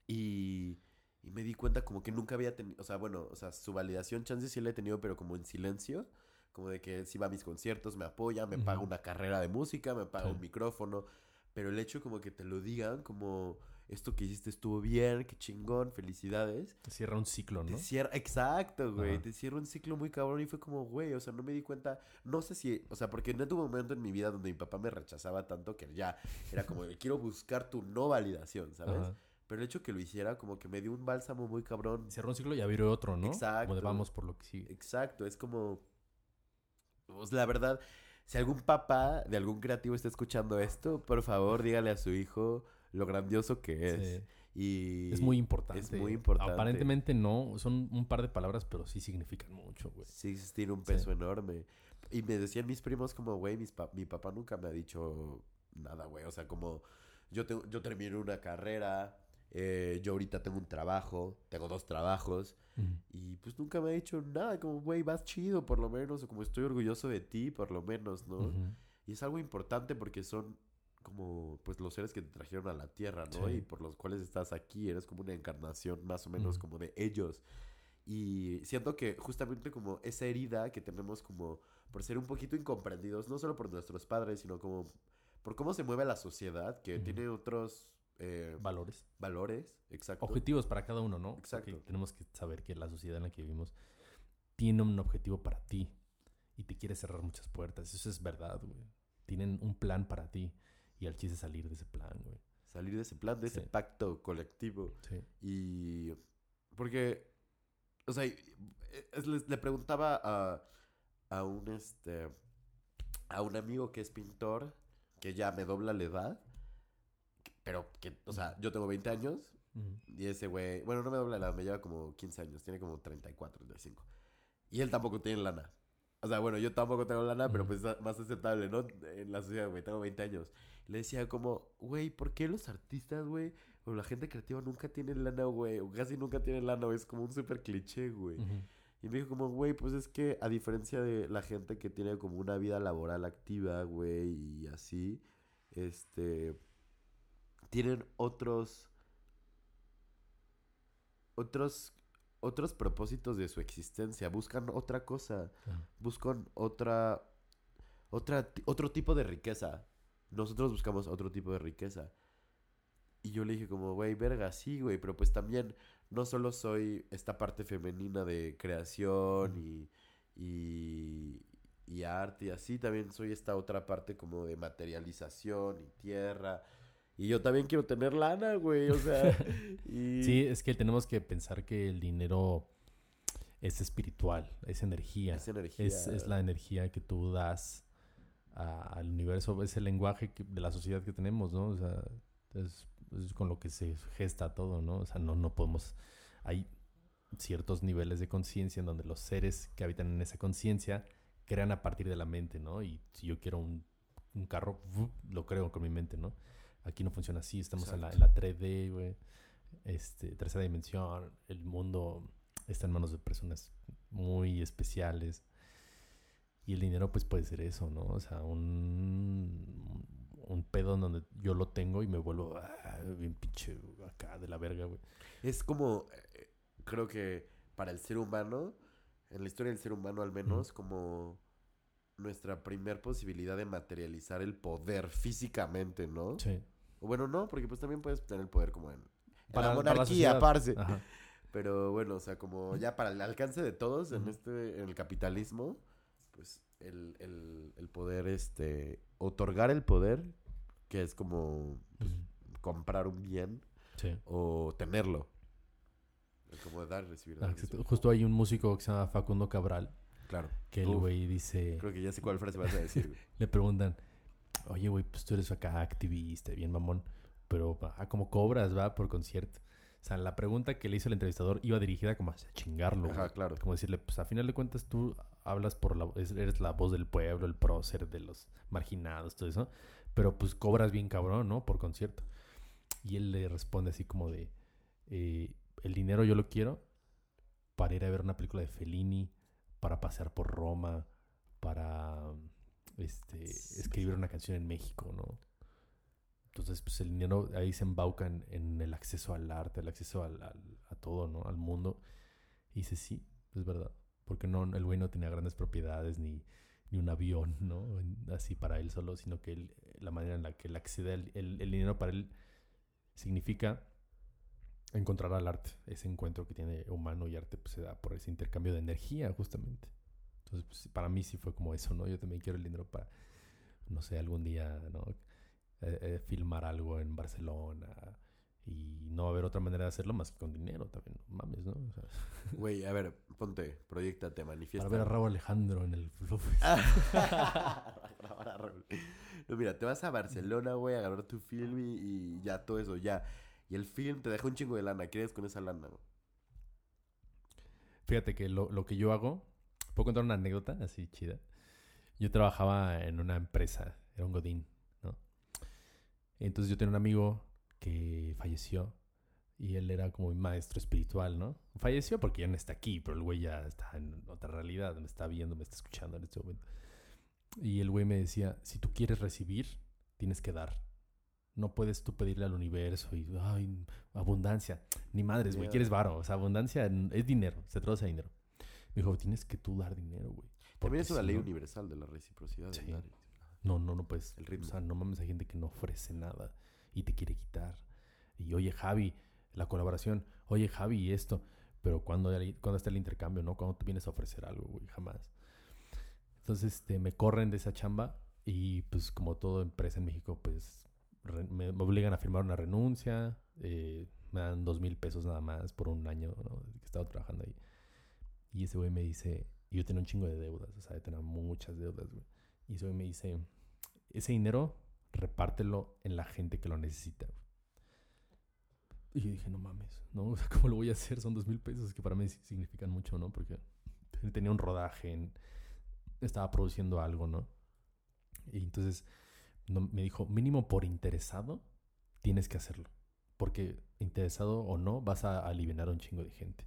Y... Y me di cuenta como que nunca había tenido... O sea, bueno, o sea, su validación, chance sí la he tenido, pero como en silencio. Como de que sí va a mis conciertos, me apoya, me uh-huh. paga una carrera de música, me paga sí. un micrófono. Pero el hecho como que te lo digan, como... Esto que hiciste estuvo bien, qué chingón, felicidades. Te cierra un ciclo, ¿no? Te cierra... Exacto, güey. Uh-huh. Te cierra un ciclo muy cabrón y fue como, güey, o sea, no me di cuenta... No sé si... O sea, porque no tuve un momento en mi vida donde mi papá me rechazaba tanto que ya era como, quiero buscar tu no validación, ¿sabes? Uh-huh. Pero el hecho que lo hiciera como que me dio un bálsamo muy cabrón. Cerró un ciclo y abrió otro, ¿no? Exacto. Como de vamos por lo que sigue. Exacto, es como... Pues la verdad, si algún papá de algún creativo está escuchando esto, por favor dígale a su hijo, lo grandioso que es. Sí. Y Es muy importante. Es muy importante. Aparentemente no, son un par de palabras, pero sí significan mucho, güey. Sí, tiene un peso Sí. enorme. Y me decían mis primos como, güey, mis pa- mi papá nunca me ha dicho nada, güey. O sea, como yo, te- yo terminé una carrera, eh, yo ahorita tengo un trabajo, tengo dos trabajos. Ujú. Y pues nunca me ha dicho nada, como, güey, vas chido por lo menos, o como estoy orgulloso de ti por lo menos, ¿no? Ujú. Y es algo importante porque son como, pues, los seres que te trajeron a la tierra, ¿no? Sí. Y por los cuales estás aquí, eres como una encarnación más o menos Ujú. como de ellos. Y siento que justamente como esa herida que tenemos como por ser un poquito incomprendidos, no solo por nuestros padres, sino como por cómo se mueve la sociedad, que Ujú. tiene otros eh, Valores. valores, exacto. Objetivos para cada uno, ¿no? Exacto. Porque tenemos que saber que la sociedad en la que vivimos tiene un objetivo para ti y te quiere cerrar muchas puertas. Eso es verdad, güey. Tienen un plan para ti y al chiste es salir de ese plan, güey. Salir de ese plan, de ese Sí. pacto colectivo. Sí. Y porque, o sea, y- es- le, le preguntaba a, a un este a un amigo que es pintor, que ya me dobla la edad, pero que, o sea, yo tengo veinte años Ujú. y ese güey, bueno, no me dobla la edad, me lleva como quince años, tiene como treinta y cuatro, treinta y cinco. Y él tampoco tiene lana. O sea, bueno, yo tampoco tengo lana, pero Ujú. pues es más aceptable, ¿no? En la sociedad, güey, tengo veinte años. Le decía como, güey, ¿por qué los artistas, güey, o la gente creativa nunca tiene lana, güey? O casi nunca tienen lana, güey. Es como un súper cliché, güey. Ujú. Y me dijo como, güey, pues es que a diferencia de la gente que tiene como una vida laboral activa, güey, y así, este, tienen otros, otros, otros propósitos de su existencia. Buscan otra cosa. Claro. Buscan otra, otra, ti- otro tipo de riqueza. Nosotros buscamos otro tipo de riqueza. Y yo le dije como, güey, verga, sí, güey, pero pues también no solo soy esta parte femenina de creación Ujú. y, y, y arte y así, también soy esta otra parte como de materialización y tierra. Y yo también quiero tener lana, güey, o sea, y... Sí, es que tenemos que pensar que el dinero es espiritual, es energía. Es energía. Es, es la energía que tú das a- al universo, es el lenguaje que- de la sociedad que tenemos, ¿no? O sea, es, es con lo que se gesta todo, ¿no? O sea, no, no podemos... Hay ciertos niveles de conciencia en donde los seres que habitan en esa conciencia crean a partir de la mente, ¿no? Y si yo quiero un, un carro, ¡vup! Lo creo con mi mente, ¿no? Aquí no funciona así, estamos en la, en la tres D, güey. Este, tercera dimensión, el mundo está en manos de personas muy especiales. Y el dinero, pues, puede ser eso, ¿no? O sea, un, un pedo en donde yo lo tengo y me vuelvo ah, bien pinche acá de la verga, güey. Es como, eh, creo que para el ser humano, en la historia del ser humano al menos, como nuestra primer posibilidad de materializar el poder físicamente, ¿no? Sí. O bueno, no, porque pues también puedes tener el poder como en, en Para- la para la monarquía, sociedad. parce. Ajá. Pero bueno, o sea, como ya para el alcance de todos en Ujú. este, en el capitalismo, pues el, el, el poder, este, otorgar el poder, que es como pues, Ujú. comprar un bien, Sí. o tenerlo. Como dar y recibir. Ah, dar y exacto. recibir. Justo hay un músico que se llama Facundo Cabral, Claro. que el Uf, güey dice, Creo que ya sé cuál frase vas a decir, güey. le preguntan, oye, güey, pues tú eres acá activista, bien mamón, pero ah, ¿cómo cobras, va, por concierto? O sea, la pregunta que le hizo el entrevistador iba dirigida como a chingarlo, Ajá, güey. claro. Como decirle, pues a final de cuentas tú hablas por la... es- eres la voz del pueblo, el prócer de los marginados, todo eso. Pero pues cobras bien cabrón, ¿no? Por concierto. Y él le responde así como de... eh, el dinero yo lo quiero para ir a ver una película de Fellini, para pasear por Roma, para este, escribir una canción en México, ¿no? Entonces, pues el dinero ahí se embauca en, en el acceso al arte, el acceso al, al- a todo, ¿no? Al mundo. Y dice, sí, es verdad. Porque no, el güey no tenía grandes propiedades ni, ni un avión, ¿no? En- Así para él solo, sino que él, la manera en la que él accede al el, el dinero para él significa encontrar al arte. Ese encuentro que tiene humano y arte pues se da por ese intercambio de energía, justamente. Entonces, pues, para mí sí fue como eso, ¿no? Yo también quiero el dinero para, no sé, algún día, ¿no? Eh, eh, filmar algo en Barcelona y no va a haber otra manera de hacerlo más que con dinero también, no mames, ¿no? O sea, Güey, a ver, ponte, proyectate, manifiesta. para ver a Raúl Alejandro en el Flow. No, mira, te vas a Barcelona, güey, a grabar tu film y, y ya todo eso, ya. Y el film te deja un chingo de lana. ¿Qué haces con esa lana, güey? Fíjate que lo, lo que yo hago... ¿Puedo contar una anécdota así chida? Yo trabajaba en una empresa. Era un godín, ¿no? Entonces yo tenía un amigo que falleció. Y él era como mi maestro espiritual, ¿no? Falleció porque ya no está aquí, pero el güey ya está en otra realidad. Me está viendo, me está escuchando en este momento. Y el güey me decía, si tú quieres recibir, tienes que dar. No puedes tú pedirle al universo y, ay, abundancia. Ni madres, güey, Yeah. quieres varo. O sea, abundancia es dinero, se traduce a dinero. Me dijo, tienes que tú dar dinero, güey. También Porque es una si ley no- universal de la reciprocidad. Sí. del dar. No, no, no puedes. El ritmo. O sea, no mames, hay gente que no ofrece nada y te quiere quitar. Y oye, Javi, la colaboración. Oye, Javi, y esto. Pero cuando, cuando está el intercambio, ¿no? Cuando tú vienes a ofrecer algo, güey, jamás. Entonces, este, me corren de esa chamba y pues como toda empresa en México, pues re- me, me obligan a firmar una renuncia. eh, me dan dos mil pesos nada más por un año, ¿no? Que he estado trabajando ahí. Y ese güey me dice, y yo tenía un chingo de deudas, o sea, yo tenía muchas deudas, güey. Y ese güey me dice, ese dinero repártelo en la gente que lo necesita. Y yo dije, no mames, ¿no? O sea, ¿cómo lo voy a hacer? Son dos mil pesos que para mí sí significan mucho, ¿no? Porque tenía un rodaje, en- estaba produciendo algo, ¿no? Y entonces no, me dijo, mínimo por interesado tienes que hacerlo. Porque interesado o no, vas a aliviar a un chingo de gente.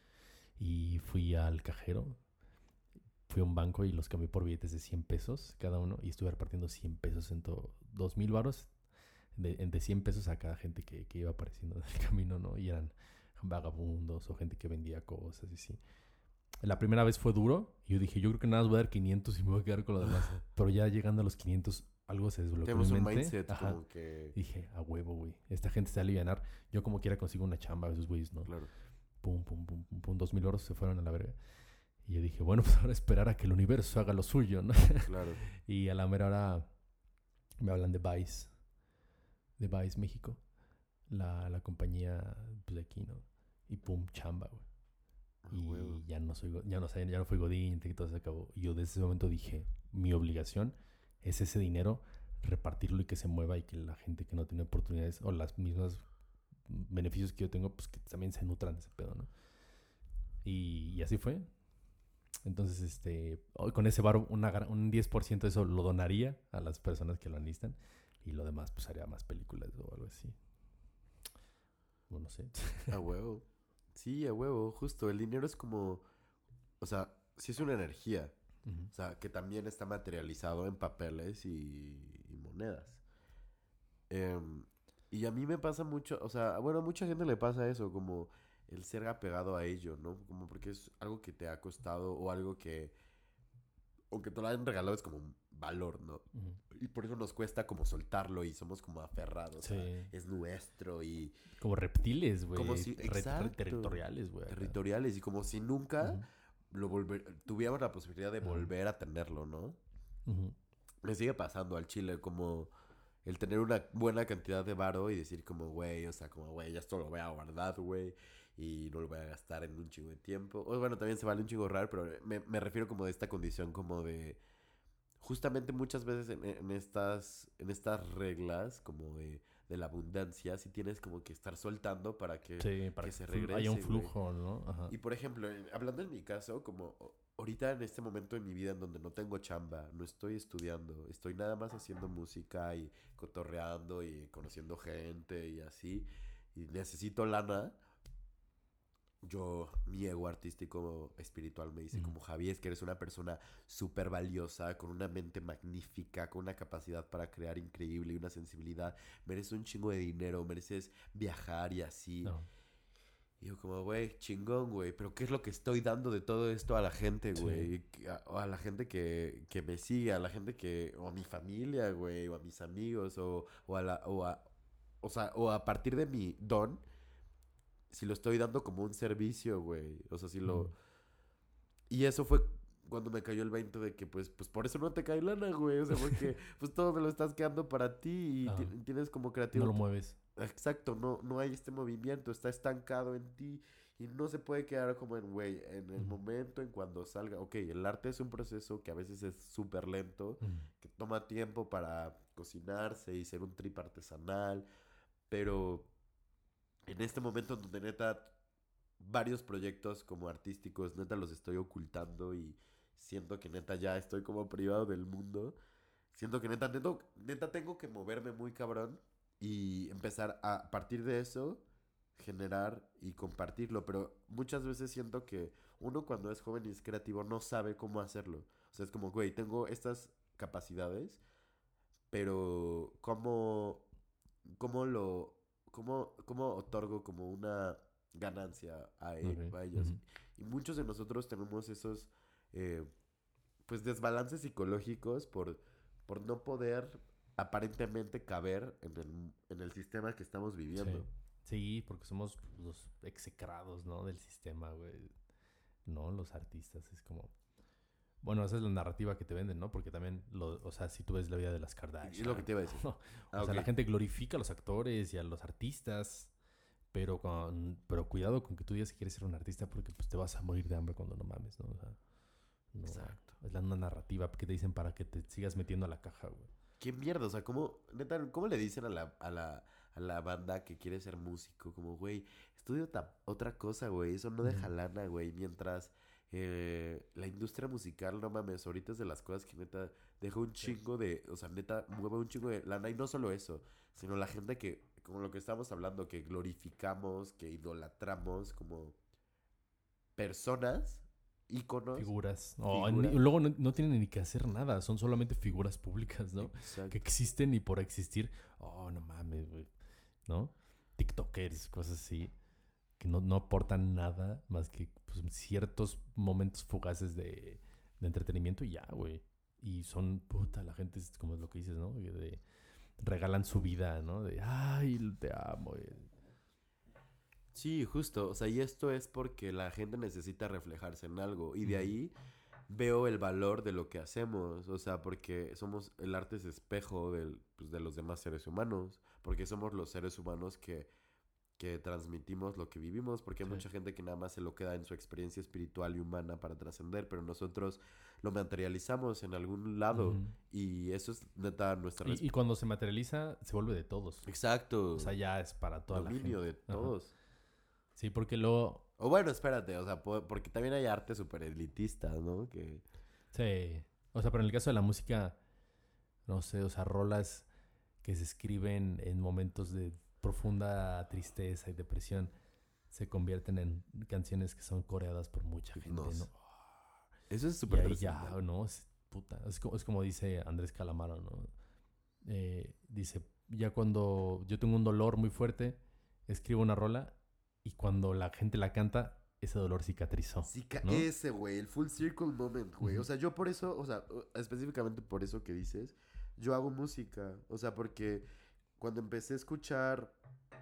Y fui al cajero, fui a un banco y los cambié por billetes de cien pesos cada uno. Y estuve repartiendo cien pesos en todo, dos mil varos de, de cien pesos a cada gente que, que iba apareciendo en el camino, ¿no? Y eran vagabundos o gente que vendía cosas y así. La primera vez fue duro. Y yo dije, yo creo que nada más voy a dar quinientos y me voy a quedar con lo demás. Pero ya llegando a los quinientos, algo se desbloqueó Tenemos en mi un mente. mindset Ajá. como que... Dije, a huevo, güey. Esta gente se va a alivianar. Yo como quiera consigo una chamba a esos güeyes, ¿no? Claro. Pum, pum, pum, pum, pum. Dos mil euros se fueron a la verga. Y yo dije, bueno, pues ahora esperar a que el universo haga lo suyo, ¿no? Claro. Y a la mera hora me hablan de Vice. De Vice México. La, la compañía pues, de aquí, ¿no? Y pum, chamba, güey. Ah, Y huevo. ya no soy, go- ya no sé, ya no fui godín, que todo se acabó. Y yo desde ese momento dije, mi obligación es ese dinero, repartirlo y que se mueva y que la gente que no tiene oportunidades o las mismas beneficios que yo tengo, pues que también se nutran de ese pedo, ¿no? Y, y así fue. Entonces, este, hoy con ese varo, una gra- un diez por ciento de eso lo donaría a las personas que lo necesitan y lo demás, pues haría más películas o algo así. Bueno, no sé. A huevo. Sí, a huevo. Justo. El dinero es como... O sea, sí es una energía. Ujú. O sea, que también está materializado en papeles y, y monedas. Em, y a mí me pasa mucho, o sea, bueno, a mucha gente le pasa eso, como el ser apegado a ello, ¿no? Como porque es algo que te ha costado o algo que, aunque te lo hayan regalado, es como un valor, ¿no? Ujú. Y por eso nos cuesta como soltarlo y somos como aferrados. Sí. a, es nuestro y Como reptiles, güey. Como si- Re- exacto. territoriales, güey. acá. territoriales y como si nunca Ujú. lo volver, tuviéramos la posibilidad de Ajá. volver a tenerlo, ¿no? Ujú. Me sigue pasando al chile como el tener una buena cantidad de varo y decir como, güey, o sea, como, güey, ya esto lo voy a guardar, güey, y no lo voy a gastar en un chingo de tiempo. O bueno, también se vale un chingo ahorrar, pero me, me refiero como de esta condición como de... Justamente muchas veces en, en estas, en estas reglas como de, de la abundancia, sí tienes como que estar soltando para que... Sí, para que que, se flu- haya un regrese, güey. flujo, ¿no? Ajá. Y por ejemplo, en- hablando en mi caso, como o- ahorita en este momento en mi vida en donde no tengo chamba, no estoy estudiando, estoy nada más haciendo música y cotorreando y conociendo gente y así, y necesito lana, yo, mi ego artístico espiritual me dice Ujú. como, Javi, es que eres una persona súper valiosa, con una mente magnífica, con una capacidad para crear increíble y una sensibilidad, mereces un chingo de dinero, mereces viajar y así. No. Y yo como, güey, chingón, güey, pero ¿qué es lo que estoy dando de todo esto a la gente, Sí. güey? Que- A, a la gente que, que me sigue, a la gente que... O a mi familia, güey, o a mis amigos, o, o a la... O a, o sea, o a partir de mi don, si lo estoy dando como un servicio, güey. O sea, si lo... Ujú. Y eso fue cuando me cayó el veinte de que, pues, pues por eso no te cae lana, güey. O sea, porque pues todo me lo estás quedando para ti y Ajá. ti- tienes como No creativo... lo mueves. Exacto, no, no hay este movimiento, está estancado en ti Y no se puede quedar como en, güey, en el Ujú. momento, en cuando salga. Ok, el arte es un proceso que a veces es súper lento, Ujú. que toma tiempo para cocinarse y ser un trip artesanal, pero en este momento donde neta varios proyectos como artísticos, neta los estoy ocultando y siento que neta ya estoy como privado del mundo. Siento que neta, neta, neta tengo que moverme muy cabrón y empezar a, a partir de eso generar y compartirlo, pero muchas veces siento que uno cuando es joven y es creativo no sabe cómo hacerlo. O sea, es como, güey, tengo estas capacidades, pero ¿cómo, cómo lo, cómo, cómo otorgo como una ganancia a, e- Ok. a ellas? Ujú. Y muchos de nosotros tenemos esos, eh, pues, desbalances psicológicos por, por no poder aparentemente caber en el, en el sistema que estamos Sí. viviendo. Sí, porque somos los execrados, ¿no? Del sistema, güey. No, los artistas. Es como... Bueno, esa es la narrativa que te venden, ¿no? Porque también, lo, o sea, si tú ves la vida de las Y es lo que Kardashian, te iba a decir. ¿no? Ah, O sea, ok. la gente glorifica a los actores y a los artistas, pero con, pero cuidado con que tú digas que quieres ser un artista porque pues te vas a morir de hambre cuando no mames, ¿no? O sea, no. Exacto. Es la una narrativa que te dicen para que te sigas metiendo a la caja, güey. ¿Qué mierda? O sea, ¿cómo, neta, cómo le dicen a la, a la, a la banda que quiere ser músico? Como, güey, estudia otra, otra cosa, güey. Eso no deja Ujú. lana, güey. Mientras eh, la industria musical, no mames, ahorita es de las cosas que neta deja un Sí. chingo de, o sea, neta, mueve un chingo de lana. Y no solo eso, sino la gente que, como lo que estamos hablando, que glorificamos, que idolatramos como personas, íconos, Figuras. No, ni- figuras. luego no, no tienen ni que hacer nada, son solamente figuras públicas, ¿no? Que Exacto. existen y por existir, oh, no mames, güey, ¿no? TikTokers, cosas así, que no, no aportan nada más que pues, ciertos momentos fugaces de, de entretenimiento y ya, güey. Y son, puta, la gente es como lo que dices, ¿no? De, regalan su vida, ¿no? De, ay, te amo. güey. Sí, justo. O sea, y esto es porque la gente necesita reflejarse en algo. Y de Ujú. ahí veo el valor de lo que hacemos. O sea, porque somos, el arte es espejo del, pues, de los demás seres humanos. Porque somos los seres humanos que, que transmitimos lo que vivimos. Porque hay Sí. mucha gente que nada más se lo queda en su experiencia espiritual y humana para trascender. Pero nosotros lo materializamos en algún lado. Ujú. Y eso es neta nuestra Y, y responsabilidad. cuando se materializa, se vuelve de todos. O sea, Exacto. ya es para toda la Dominio gente. de Ajá. todos. Sí, porque luego... O bueno, espérate, o sea, po- porque también hay arte súper elitista, ¿no? Que... Sí. O sea, pero en el caso de la música, no sé, o sea, rolas que se escriben en momentos de profunda tristeza y depresión se convierten en canciones que son coreadas por mucha gente, Hipnosis. ¿no? Eso es Y súper ahí ya, trascendental. ¿no? Es, puta, es, como, es como dice Andrés Calamaro, ¿no? Eh, dice, ya cuando yo tengo un dolor muy fuerte, escribo una rola y cuando la gente la canta, ese dolor cicatrizó, Sí, ca- ¿no? ese, güey, el full circle moment, güey. O Ujú. sea, yo por eso, o sea, uh, específicamente por eso que dices, yo hago música. O sea, porque cuando empecé a escuchar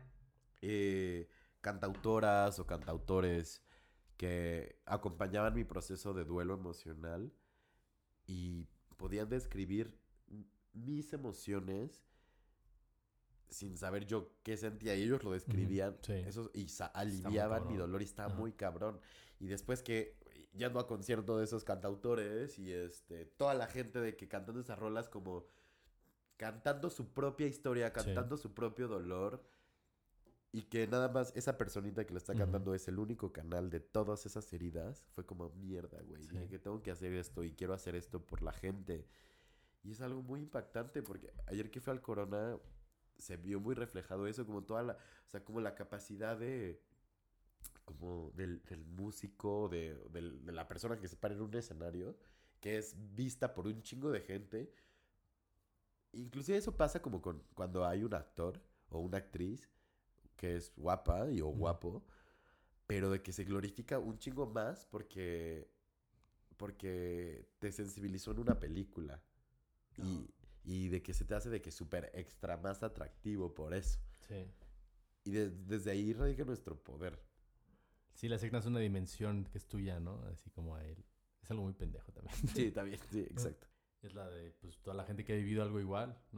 eh, cantautoras o cantautores que acompañaban mi proceso de duelo emocional y podían describir m- mis emociones sin saber yo qué sentía y ellos lo describían Sí. eso, y sa- Está muy aliviaban mi cabrón. dolor y estaba Ajá. muy cabrón. Y después que yendo a concierto de esos cantautores y este toda la gente de que cantando esas rolas como cantando su propia historia, Sí. cantando su propio dolor y que nada más esa personita que lo está Ujú. cantando es el único canal de todas esas heridas, fue como mierda, güey. Sí. Dije que tengo que hacer esto y quiero hacer esto por la gente. Y es algo muy impactante porque ayer que fui al Corona se vio muy reflejado eso, como toda la, o sea, como la capacidad de, como del, del músico, de, del- de la persona que se para en un escenario, que es vista por un chingo de gente. Inclusive eso pasa como con cuando hay un actor o una actriz que es guapa y o Ujú. guapo, pero de que se glorifica un chingo más porque, porque te sensibilizó en una película. Y, y de que se te hace de que súper extra más atractivo por eso. Sí. Y de- desde ahí radica nuestro poder. Sí, le asignas una dimensión que es tuya, ¿no? Así como a él. Es algo muy pendejo también. Sí, también, sí, exacto. Es la de, pues, toda la gente que ha vivido algo igual, ¿no?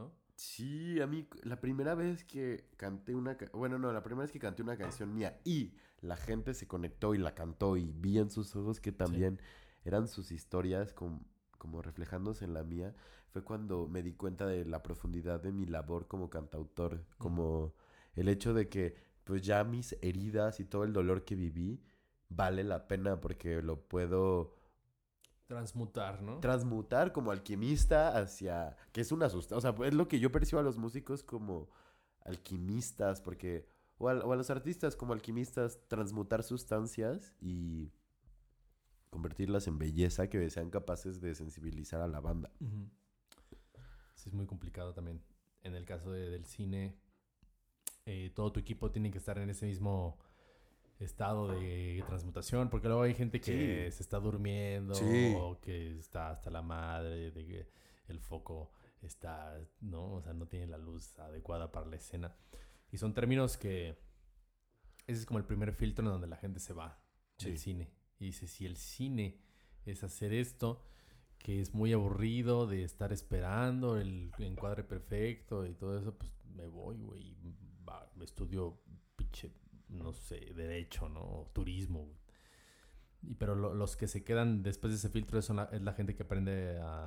Sí, a mí la primera vez que canté una... ca- Bueno, no, la primera vez que canté una canción mía y la gente se conectó y la cantó y vi en sus ojos que Sí. también eran sus historias com- como reflejándose en la mía, fue cuando me di cuenta de la profundidad de mi labor como cantautor, Mm. como el hecho de que pues ya mis heridas y todo el dolor que viví vale la pena porque lo puedo Transmutar, ¿no? transmutar como alquimista hacia... que es una sustancia, o sea, es lo que yo percibo a los músicos como alquimistas, porque... O a, o a los artistas como alquimistas, transmutar sustancias y convertirlas en belleza que sean capaces de sensibilizar a la banda. Ujú. Sí, es muy complicado también. En el caso de- del cine, eh, todo tu equipo tiene que estar en ese mismo estado de transmutación, porque luego hay gente que Sí. se está durmiendo Sí. o que está hasta la madre de que el foco está, ¿no? O sea, no tiene la luz adecuada para la escena. Y son términos que ese es como el primer filtro en donde la gente se va del Sí. cine. Y dice, si el cine es hacer esto, que es muy aburrido de estar esperando el encuadre perfecto y todo eso, pues me voy, güey. y va, Estudio, pinche, no sé, derecho, ¿no? O turismo, güey. Y, pero lo- los que se quedan después de ese filtro son la- es la gente que aprende a,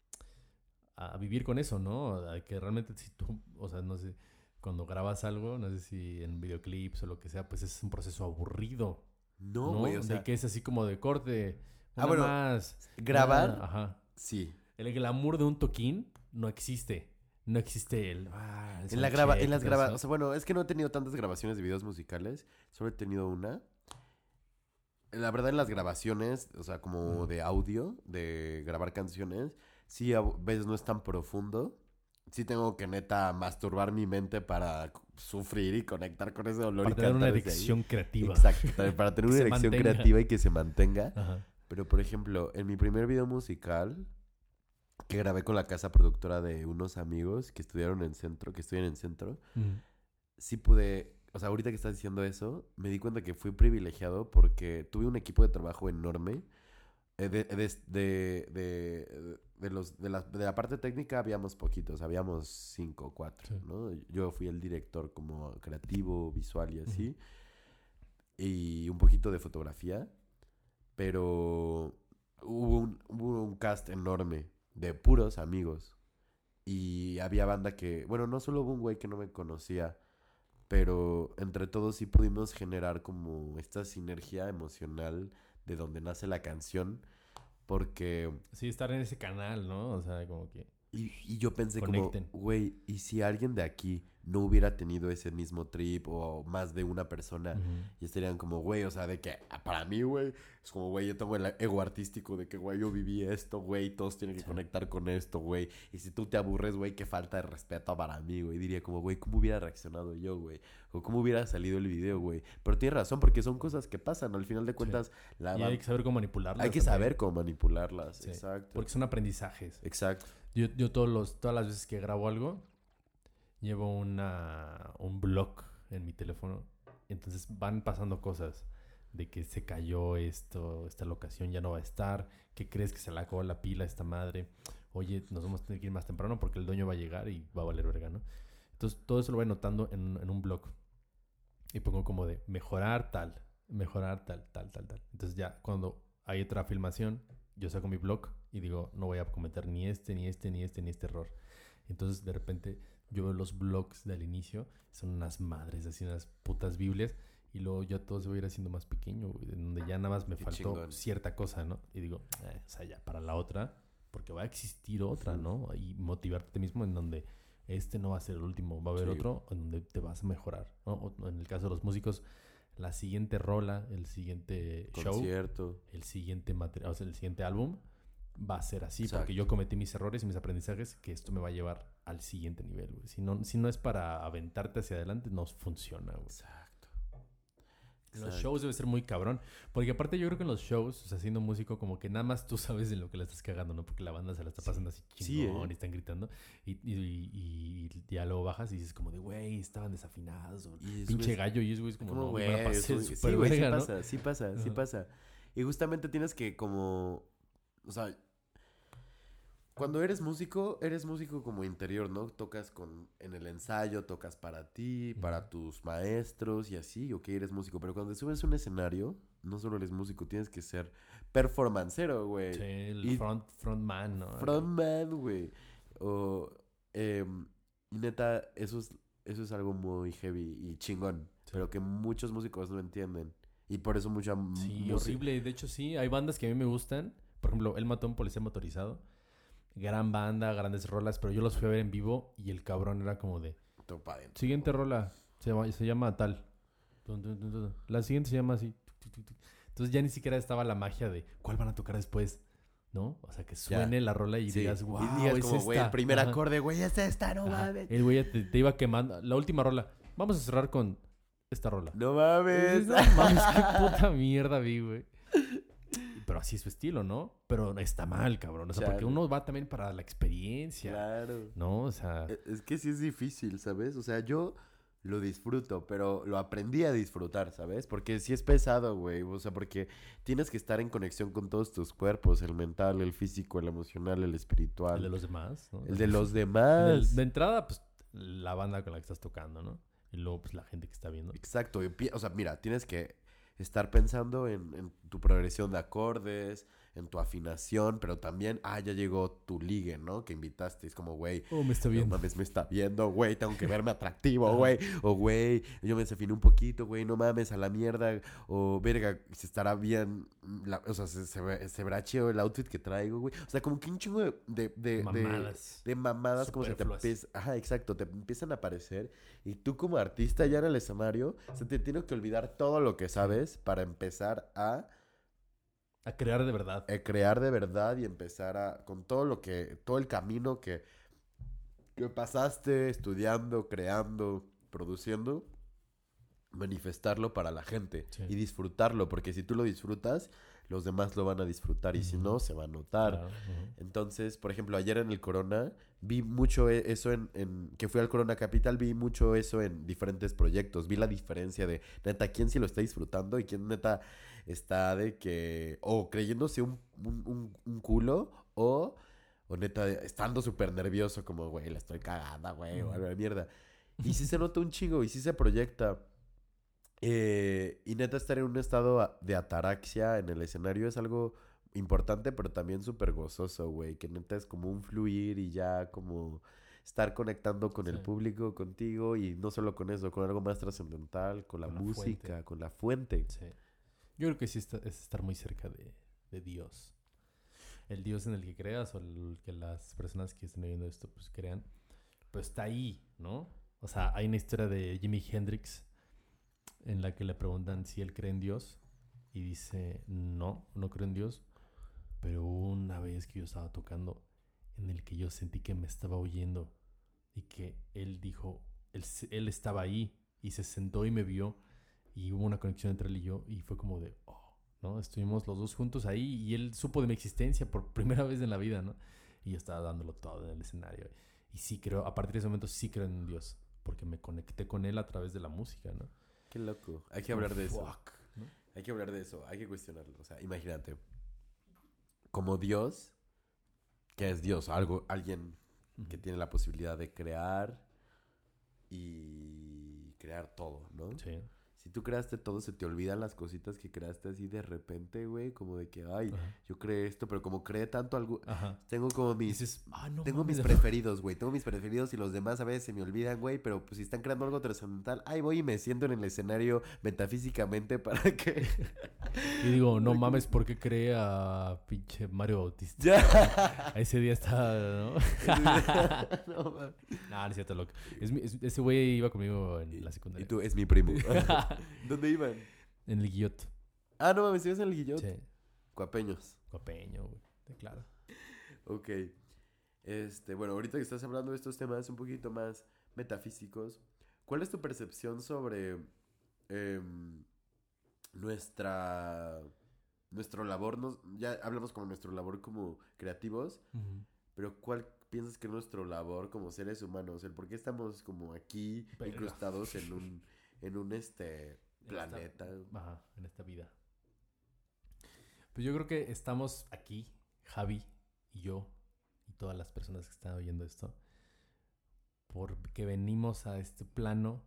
a vivir con eso, ¿no? A que realmente si tú, o sea, no sé, cuando grabas algo, no sé si en videoclips o lo que sea, pues es un proceso aburrido, No, ¿no? güey, o De sea... que es así como de corte, Ah, una bueno, más. grabar, ah, ajá. sí. El glamour de un toquín no existe. No existe el... Ah, el En, la graba soundcheck en y las todo grabaciones, eso. o sea, bueno, es que no he tenido tantas grabaciones de videos musicales, solo he tenido una. La verdad, en las grabaciones, o sea, como Ujú. de audio, de grabar canciones, sí, a veces no es tan profundo. Sí tengo que neta masturbar mi mente para c- sufrir y conectar con ese dolor y Para tener una cantar desde ahí. erección creativa. Exacto, para tener Que una se erección mantenga. creativa y que se mantenga. Ajá. Pero, por ejemplo, en mi primer video musical, que grabé con la casa productora de unos amigos que estudiaron en centro, que estudian en centro, Ujú. sí pude, o sea, ahorita que estás diciendo eso, me di cuenta que fui privilegiado porque tuve un equipo de trabajo enorme. Eh, De, de, de, de- de los, de, la, de la parte técnica habíamos poquitos, habíamos cinco o cuatro, Sí. ¿no? Yo fui el director como creativo, visual y Ujú. así, y un poquito de fotografía, pero hubo un, hubo un cast enorme de puros amigos. Y había banda que, bueno, no solo hubo un güey que no me conocía, pero entre todos sí pudimos generar como esta sinergia emocional de donde nace la canción, porque... Sí, estar en ese canal, ¿no? O sea, como que Y, y yo pensé como, conecten. güey, ¿y si alguien de aquí no hubiera tenido ese mismo trip o más de una persona? Ujú. Y estarían como, güey, o sea, de que ah, para mí, güey, es como, güey, yo tengo el ego artístico de que, güey, yo viví esto, güey, todos tienen que Sí. conectar con esto, güey. Y si tú te aburres, güey, qué falta de respeto para mí, güey. Diría como, güey, ¿cómo hubiera reaccionado yo, güey? O cómo hubiera salido el video, güey. Pero tienes razón, porque son cosas que pasan. Al final de Sí. cuentas, la Y ban- hay que saber cómo manipularlas hay que también. saber cómo manipularlas. Sí. Exacto. Porque son aprendizajes. Exacto. Yo, yo todos los, todas las veces que grabo algo, llevo una, un blog en mi teléfono. Entonces van pasando cosas de que se cayó esto, esta locación ya no va a estar. ¿Qué crees que se le acabó la pila a esta madre? Oye, nos vamos a tener que ir más temprano porque el dueño va a llegar y va a valer verga, ¿no? Entonces todo eso lo voy anotando en, en un blog. Y pongo como de mejorar tal, mejorar tal, tal, tal, tal. Entonces ya cuando hay otra filmación, yo saco mi blog y digo, no voy a cometer ni este, ni este, ni este, ni este error. Entonces de repente yo veo los blogs del inicio, son unas madres, así unas putas Biblias, y luego ya todo se va a ir haciendo más pequeño, güey, en donde ya nada más me Qué faltó chingón. cierta cosa, ¿no? Y digo, eh, o sea, ya para la otra, porque va a existir otra, Ujú. ¿no? Y motivarte a ti mismo en donde este no va a ser el último, va a haber Sí. otro en donde te vas a mejorar, ¿no? O en el caso de los músicos, la siguiente rola, el siguiente show, Concierto. el siguiente material, o sea, el siguiente álbum va a ser así, Exacto. porque yo cometí mis errores y mis aprendizajes, que esto me va a llevar al siguiente nivel, güey. Si no, si no es para aventarte hacia adelante, no funciona, güey. Exacto. En los Exacto. shows debe ser muy cabrón, porque aparte yo creo que en los shows, o sea, siendo músico, como que nada más tú sabes en lo que la estás cagando, ¿no? Porque la banda se la está Sí. pasando así Sí, chingón ¿eh? y están gritando, y, y, y- y ya luego bajas y dices como de, güey, estaban desafinados, o Y es, pinche güey, gallo, y es güey, es como, como, no, güey, me la pasé es, güey, súper sí, güey, sí verga, ¿no? pasa, sí pasa, sí Ajá. pasa. Y justamente tienes que como, o sea, cuando eres músico, eres músico como interior, ¿no? Tocas con, en el ensayo, tocas para ti, para Ujú. tus maestros y así, ok, eres músico. Pero cuando te subes a un escenario, no solo eres músico, tienes que ser performancero, Sí, güey. el Y front, frontman, ¿no? Acá. frontman, güey. O, em, y neta, eso es, eso es algo muy heavy y chingón. Sí. Pero que muchos músicos no entienden. Y por eso mucha Sí, música... horrible. De hecho, sí. Hay bandas que a mí me gustan. Por ejemplo, Él mató a un policía motorizado. Gran banda, grandes rolas. Pero yo los fui a ver en vivo y el cabrón era como de... Topa adentro. Siguiente rola. Se llama, se llama tal. Tun, tun, tun, tun. La siguiente se llama así. Tuc, tuc, tuc. Entonces ya ni siquiera estaba la magia de cuál van a tocar después. ¿No? O sea, que suene la rola y Sí. digas, wow, y digas es como, güey, el esta. primer Ajá. acorde, güey, es esta, no Ajá. mames. El güey ya te, te iba quemando. La última rola. Vamos a cerrar con esta rola. No mames. No mames, qué puta mierda vi, güey. Pero así es su estilo, ¿no? Pero está mal, cabrón. O sea, porque Chale. uno va también para la experiencia. Claro. ¿No? O sea, E- Es que sí es difícil, ¿sabes? O sea, yo lo disfruto, pero lo aprendí a disfrutar, ¿sabes? Porque sí es pesado, güey. O sea, porque tienes que estar en conexión con todos tus cuerpos, el mental, el físico, el emocional, el espiritual. el de los demás, ¿no? El de los Del- demás. de entrada, pues, la banda con la que estás tocando, ¿no? Y luego, pues, la gente que está viendo. Exacto. y pi- O sea, mira, tienes que estar pensando en, en tu progresión de acordes, en tu afinación, pero también, ah, ya llegó tu ligue, ¿no? Que invitaste. Es como, güey, Oh, me está no viendo. mames, me está viendo, güey, tengo que verme atractivo, Ajá. güey. O, güey, yo me desafiné un poquito, güey, no mames, a la mierda. O, verga, se estará bien, la- o sea, se, se, ve- se verá chido el outfit que traigo, güey. O sea, como que un chingo de... de, de, de- Mamadas. de mamadas como se te Superfluas. empiezan... Ajá, exacto, te empiezan a aparecer. Y tú como artista ya en el escenario, se te tiene que olvidar todo lo que sabes para empezar a... A crear de verdad. eh, crear de verdad y empezar a... Con todo lo que... Todo el camino que... Que pasaste estudiando, creando, produciendo, manifestarlo para la gente Sí. y disfrutarlo, porque si tú lo disfrutas, los demás lo van a disfrutar y si Ujú. no, se va a notar. Claro, ujú. Entonces, por ejemplo, ayer en el Corona vi mucho e- eso en, en- que fui al Corona Capital, vi mucho eso en diferentes proyectos, vi la diferencia de neta quién sí lo está disfrutando y quién neta está de que o creyéndose un, un, un- un culo o, o neta estando súper nervioso como, güey, la estoy cagando, güey, o Ujú. algo de mierda. Y sí se nota un chingo y sí se proyecta. Eh, y neta estar en un estado a- de ataraxia en el escenario es algo importante, pero también súper gozoso, güey. Que neta es como un fluir y ya como estar conectando con el Sí. público, contigo y no solo con eso, con algo más trascendental, con la Con la música, fuente. con la fuente. Sí. Yo creo que sí está- es estar muy cerca de, de Dios. El Dios en el que creas o el que las personas que estén viendo esto pues crean, pues está ahí, ¿no? O sea, hay una historia de Jimi Hendrix en la que le preguntan si él cree en Dios y dice, no, no creo en Dios, pero hubo una vez que yo estaba tocando en el que yo sentí que me estaba oyendo y que él dijo, él, se- él estaba ahí y se sentó y me vio y hubo una conexión entre él y yo y fue como de, oh, ¿no? Estuvimos los dos juntos ahí y él supo de mi existencia por primera vez en la vida, ¿no? Y yo estaba dándolo todo en el escenario. Y sí creo, a partir de ese momento sí creo en Dios, porque me conecté con él a través de la música, ¿no? Qué loco. Hay que hablar de eso. Fuck, ¿no? Hay que hablar de eso. Hay que cuestionarlo. O sea, imagínate. Como Dios, que es Dios, algo, alguien que Ujú. tiene la posibilidad de crear y crear todo, ¿no? Sí. Si tú creaste todo, se te olvidan las cositas que creaste así de repente, güey, como de que, ay, Ajá. yo creé esto, pero como creé tanto algo, Ajá. tengo como Y mis, dices, ah, no tengo mames. mis preferidos, güey, tengo mis preferidos y los demás a veces se me olvidan, güey, pero pues si están creando algo trascendental, ay, voy y me siento en el escenario metafísicamente para que... Y digo, no mames, ¿por qué creé a pinche Mario Bautista? Ya. A ese día estaba, ¿no? No, mames. No, no es cierto, loco. Es mi- es- ese güey iba conmigo en la Y secundaria. tú, es mi primo. ¿Dónde iban? En el Guillot. Ah, no mames, ibas en el Guillot. Sí. Cuapeños. Copeño, güey. Sí, claro. Ok. Este, bueno, ahorita que estás hablando de estos temas un poquito más metafísicos, ¿cuál es tu percepción sobre em, nuestra nuestro labor? Nos, ya hablamos como nuestro labor como creativos, Ujú. pero ¿cuál piensas que es nuestro labor como seres humanos? El por qué estamos como aquí Verga. incrustados en un en un este En esta- planeta. Ajá, en esta vida. Pues yo creo que estamos aquí, Javi y yo, y todas las personas que están oyendo esto, porque venimos a este plano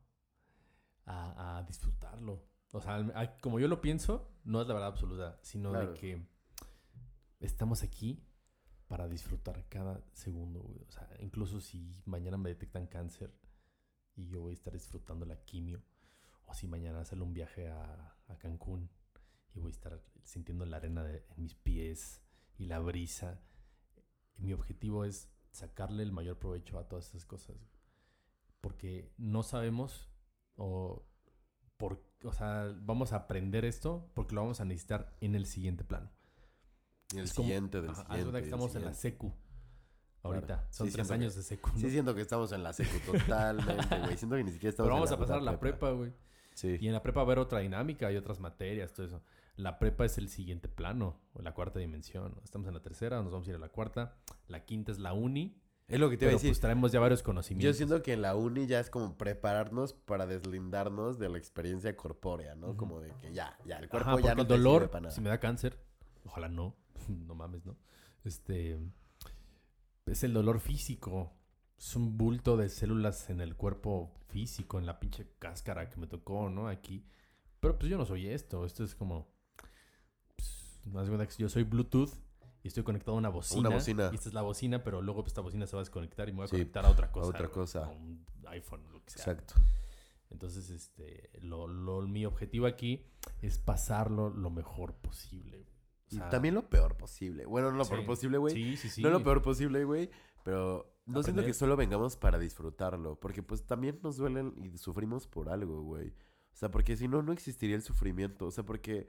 a, a disfrutarlo. O sea, a- como yo lo pienso, no es la verdad absoluta, sino Claro. de que estamos aquí para disfrutar cada segundo, güey. O sea, incluso si mañana me detectan cáncer y yo voy a estar disfrutando la quimio, o si mañana sale un viaje a, a Cancún y voy a estar sintiendo la arena de- en mis pies y la brisa. Mi objetivo es sacarle el mayor provecho a todas esas cosas. Porque no sabemos o, por, o sea, vamos a aprender esto porque lo vamos a necesitar en el siguiente plano. Y el Es como- siguiente, del ajá, haz de siguiente. cuenta que y el estamos en la siguiente. secu ahorita. Claro. Son Sí, tres siento años que- de secu, ¿no? Sí, siento que estamos en la secu totalmente, güey. Siento que ni siquiera estamos Pero en vamos la a pasar a puta la prepa, güey. Sí. Y en la prepa va a haber otra dinámica y otras materias, todo eso. La prepa es el siguiente plano, o la cuarta dimensión. Estamos en la tercera, nos vamos a ir a la cuarta. La quinta es la uni. Es lo que te iba a Pero decir. pues traemos ya varios Yo conocimientos. siento que en la uni ya es como prepararnos para deslindarnos de la experiencia corpórea, ¿no? Ujú. Como de que ya, ya, el cuerpo Ajá, ya porque no el te sirve dolor, para nada. si me da cáncer, ojalá no, no mames, ¿no? Este, es el dolor físico. Es un bulto de células en el cuerpo físico, en la pinche cáscara que me tocó, ¿no? Aquí. Pero pues yo no soy esto. Esto es como... Pues, más de cuenta que yo soy Bluetooth y estoy conectado a una bocina. Una bocina. Y esta es la bocina, pero luego pues, esta bocina se va a desconectar y me voy a Sí, conectar a otra cosa. otra güey, cosa. A un iPhone, lo que sea. Exacto. Entonces, este, lo, lo- mi objetivo aquí es pasarlo lo mejor posible. O Y sea, también lo peor posible. Bueno, no lo sí. peor posible, güey. Sí, sí, sí. No lo peor posible, güey. Pero no siento Aprender. que solo vengamos para disfrutarlo. Porque pues también nos duelen y sufrimos por algo, güey. O sea, porque si no, no existiría el sufrimiento. O sea, porque...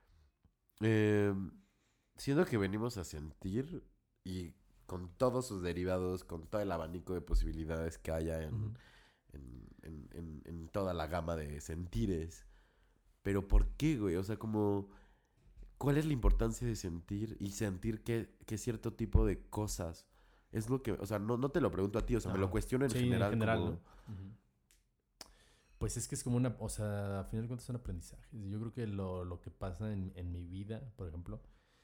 eh, siento que venimos a sentir y con todos sus derivados, con todo el abanico de posibilidades que haya en, Ujú. en, en- en- en toda la gama de sentires. Pero ¿por qué, güey? O sea, como... ¿Cuál es la importancia de sentir y sentir que, que cierto tipo de cosas es lo que... O sea, no, no te lo pregunto a ti, o sea, me lo Ajá. cuestiono en Sí, general. en general, como- ¿no? Ujú. Pues es que es como una... O sea, a final de cuentas son aprendizajes. Yo creo que lo, lo que pasa en, en mi vida, por ejemplo,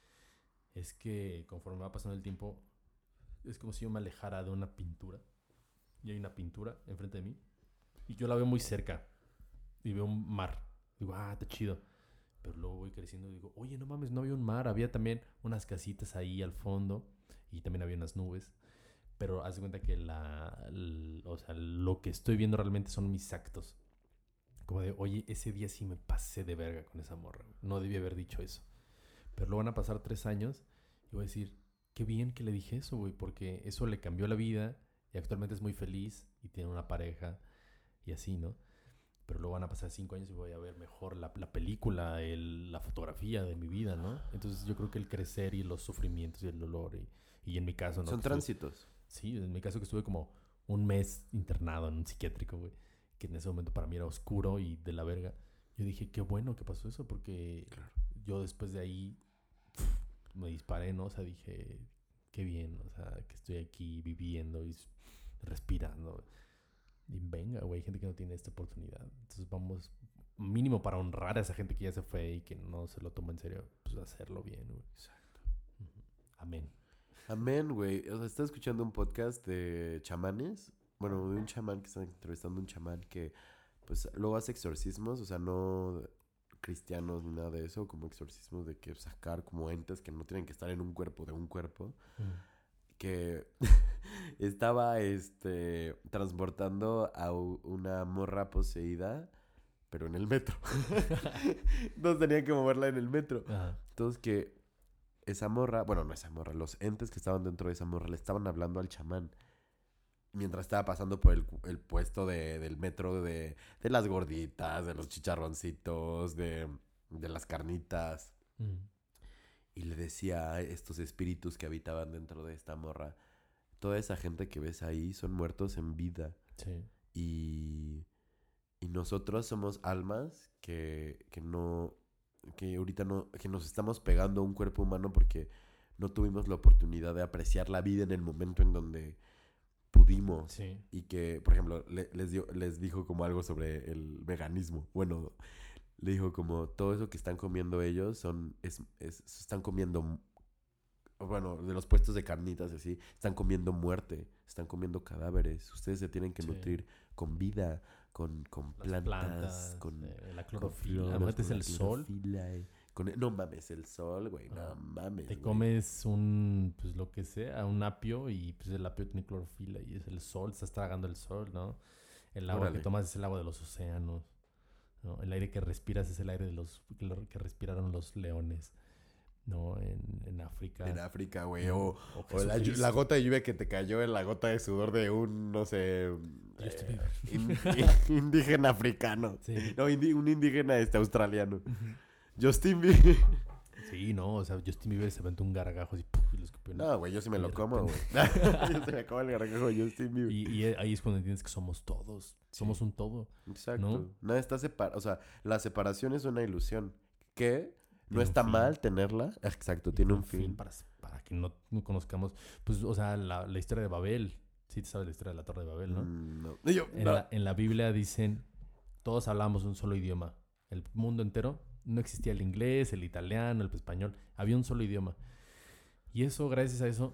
es que conforme va pasando el tiempo, es como si yo me alejara de una pintura. Y hay una pintura enfrente de mí. Y yo la veo muy cerca. Y veo un mar. Digo, ah, está chido. Pero luego voy creciendo y digo, oye, no mames, no había un mar. Había también unas casitas ahí al fondo. Y también había unas nubes. Pero haz de cuenta que la, l- o sea, lo que estoy viendo realmente son mis actos. Como de, oye, ese día sí me pasé de verga con esa morra. Güey. No debí haber dicho eso. Pero luego van a pasar tres años y voy a decir, qué bien que le dije eso, güey. Porque eso le cambió la vida. Y actualmente es muy feliz y tiene una pareja y así, ¿no? Pero luego van a pasar cinco años y voy a ver mejor la, la película, el- la fotografía de mi vida, ¿no? Entonces yo creo que el crecer y los sufrimientos y el dolor y, y en mi caso, ¿no? Son Que estuve- tránsitos. Sí, en mi caso que estuve como un mes internado en un psiquiátrico, güey. Que en ese momento para mí era oscuro y de la verga. Yo dije, qué bueno que pasó eso porque Claro. yo después de ahí me disparé, ¿no? O sea, dije, qué bien, o sea, que estoy aquí viviendo y s- respirando. Y venga, güey, hay gente que no tiene esta oportunidad. Entonces vamos, mínimo para honrar a esa gente que ya se fue y que no se lo toma en serio, pues hacerlo bien, güey. Exacto. Amén. Amén, güey. O sea, estaba escuchando un podcast de chamanes. Bueno, de un chamán que está entrevistando a un chamán que, pues, luego hace exorcismos. O sea, no cristianos ni nada de eso. Como exorcismos de que sacar como entes que no tienen que estar en un cuerpo de un cuerpo. Que estaba, este, transportando a u- una morra poseída, pero en el metro. Entonces tenían que moverla en el metro. Ajá. Entonces que esa morra, bueno, no esa morra, los entes que estaban dentro de esa morra le estaban hablando al chamán mientras estaba pasando por el, cu- el puesto de, del metro de, de las gorditas, de los chicharroncitos, de, de las carnitas. Mm. Y le decía a estos espíritus que habitaban dentro de esta morra, toda esa gente que ves ahí son muertos en vida. Sí. Y, y nosotros somos almas que, que no, que ahorita no, que nos estamos pegando a un cuerpo humano porque no tuvimos la oportunidad de apreciar la vida en el momento en donde pudimos. Sí. Y que, por ejemplo, le- les, dio, les dijo como algo sobre el veganismo. Bueno, le dijo como todo eso que están comiendo ellos son, es, es- se están comiendo bueno, de los puestos de carnitas y así, están comiendo muerte, están comiendo cadáveres. Ustedes se tienen que Sí. nutrir con vida, con, con Las plantas, plantas, con, eh, la con clorofila. flores, A lo mejor es con el la sol. clorofila y con- no mames, el sol, güey, no Ajá. mames, Te güey. comes un, pues lo que sea, un apio y pues el apio tiene clorofila y es el sol, estás tragando el sol, ¿no? El agua Órale. que tomas es el agua de los océanos, ¿no? El aire que respiras es el aire de los que, lo- que respiraron los leones, ¿no? En, en África. En África, güey, ¿no? o... O O la, Jesucristo. la gota de lluvia que te cayó en la gota de sudor de un, no sé, Justin eh, Bieber. in- indígena africano. Sí. No, indi- un indígena este australiano. Ujú. Justin Bieber. Sí, no, o sea, Justin Bieber se aventó un gargajo así, ¡puf! Y lo escupió. en- No, güey, yo sí me Y lo de como, güey. repente- Yo se me como el gargajo de Justin Bieber. Y, y ahí es cuando entiendes que somos todos, somos Sí. un todo. Exacto. ¿no? Nada está separado. O sea, la separación es una ilusión. Que no Tiene un está fin. mal tenerla. Exacto, Y tiene un fin. para, para que no, no conozcamos, pues, o sea, la, la historia de Babel. Sí, te sabes la historia de la Torre de Babel, ¿no? Mm, no. Y yo, En, no. la, en la Biblia dicen, todos hablamos un solo idioma. El mundo entero, no existía el inglés, el italiano, el español. Había un solo idioma. Y eso, gracias a eso,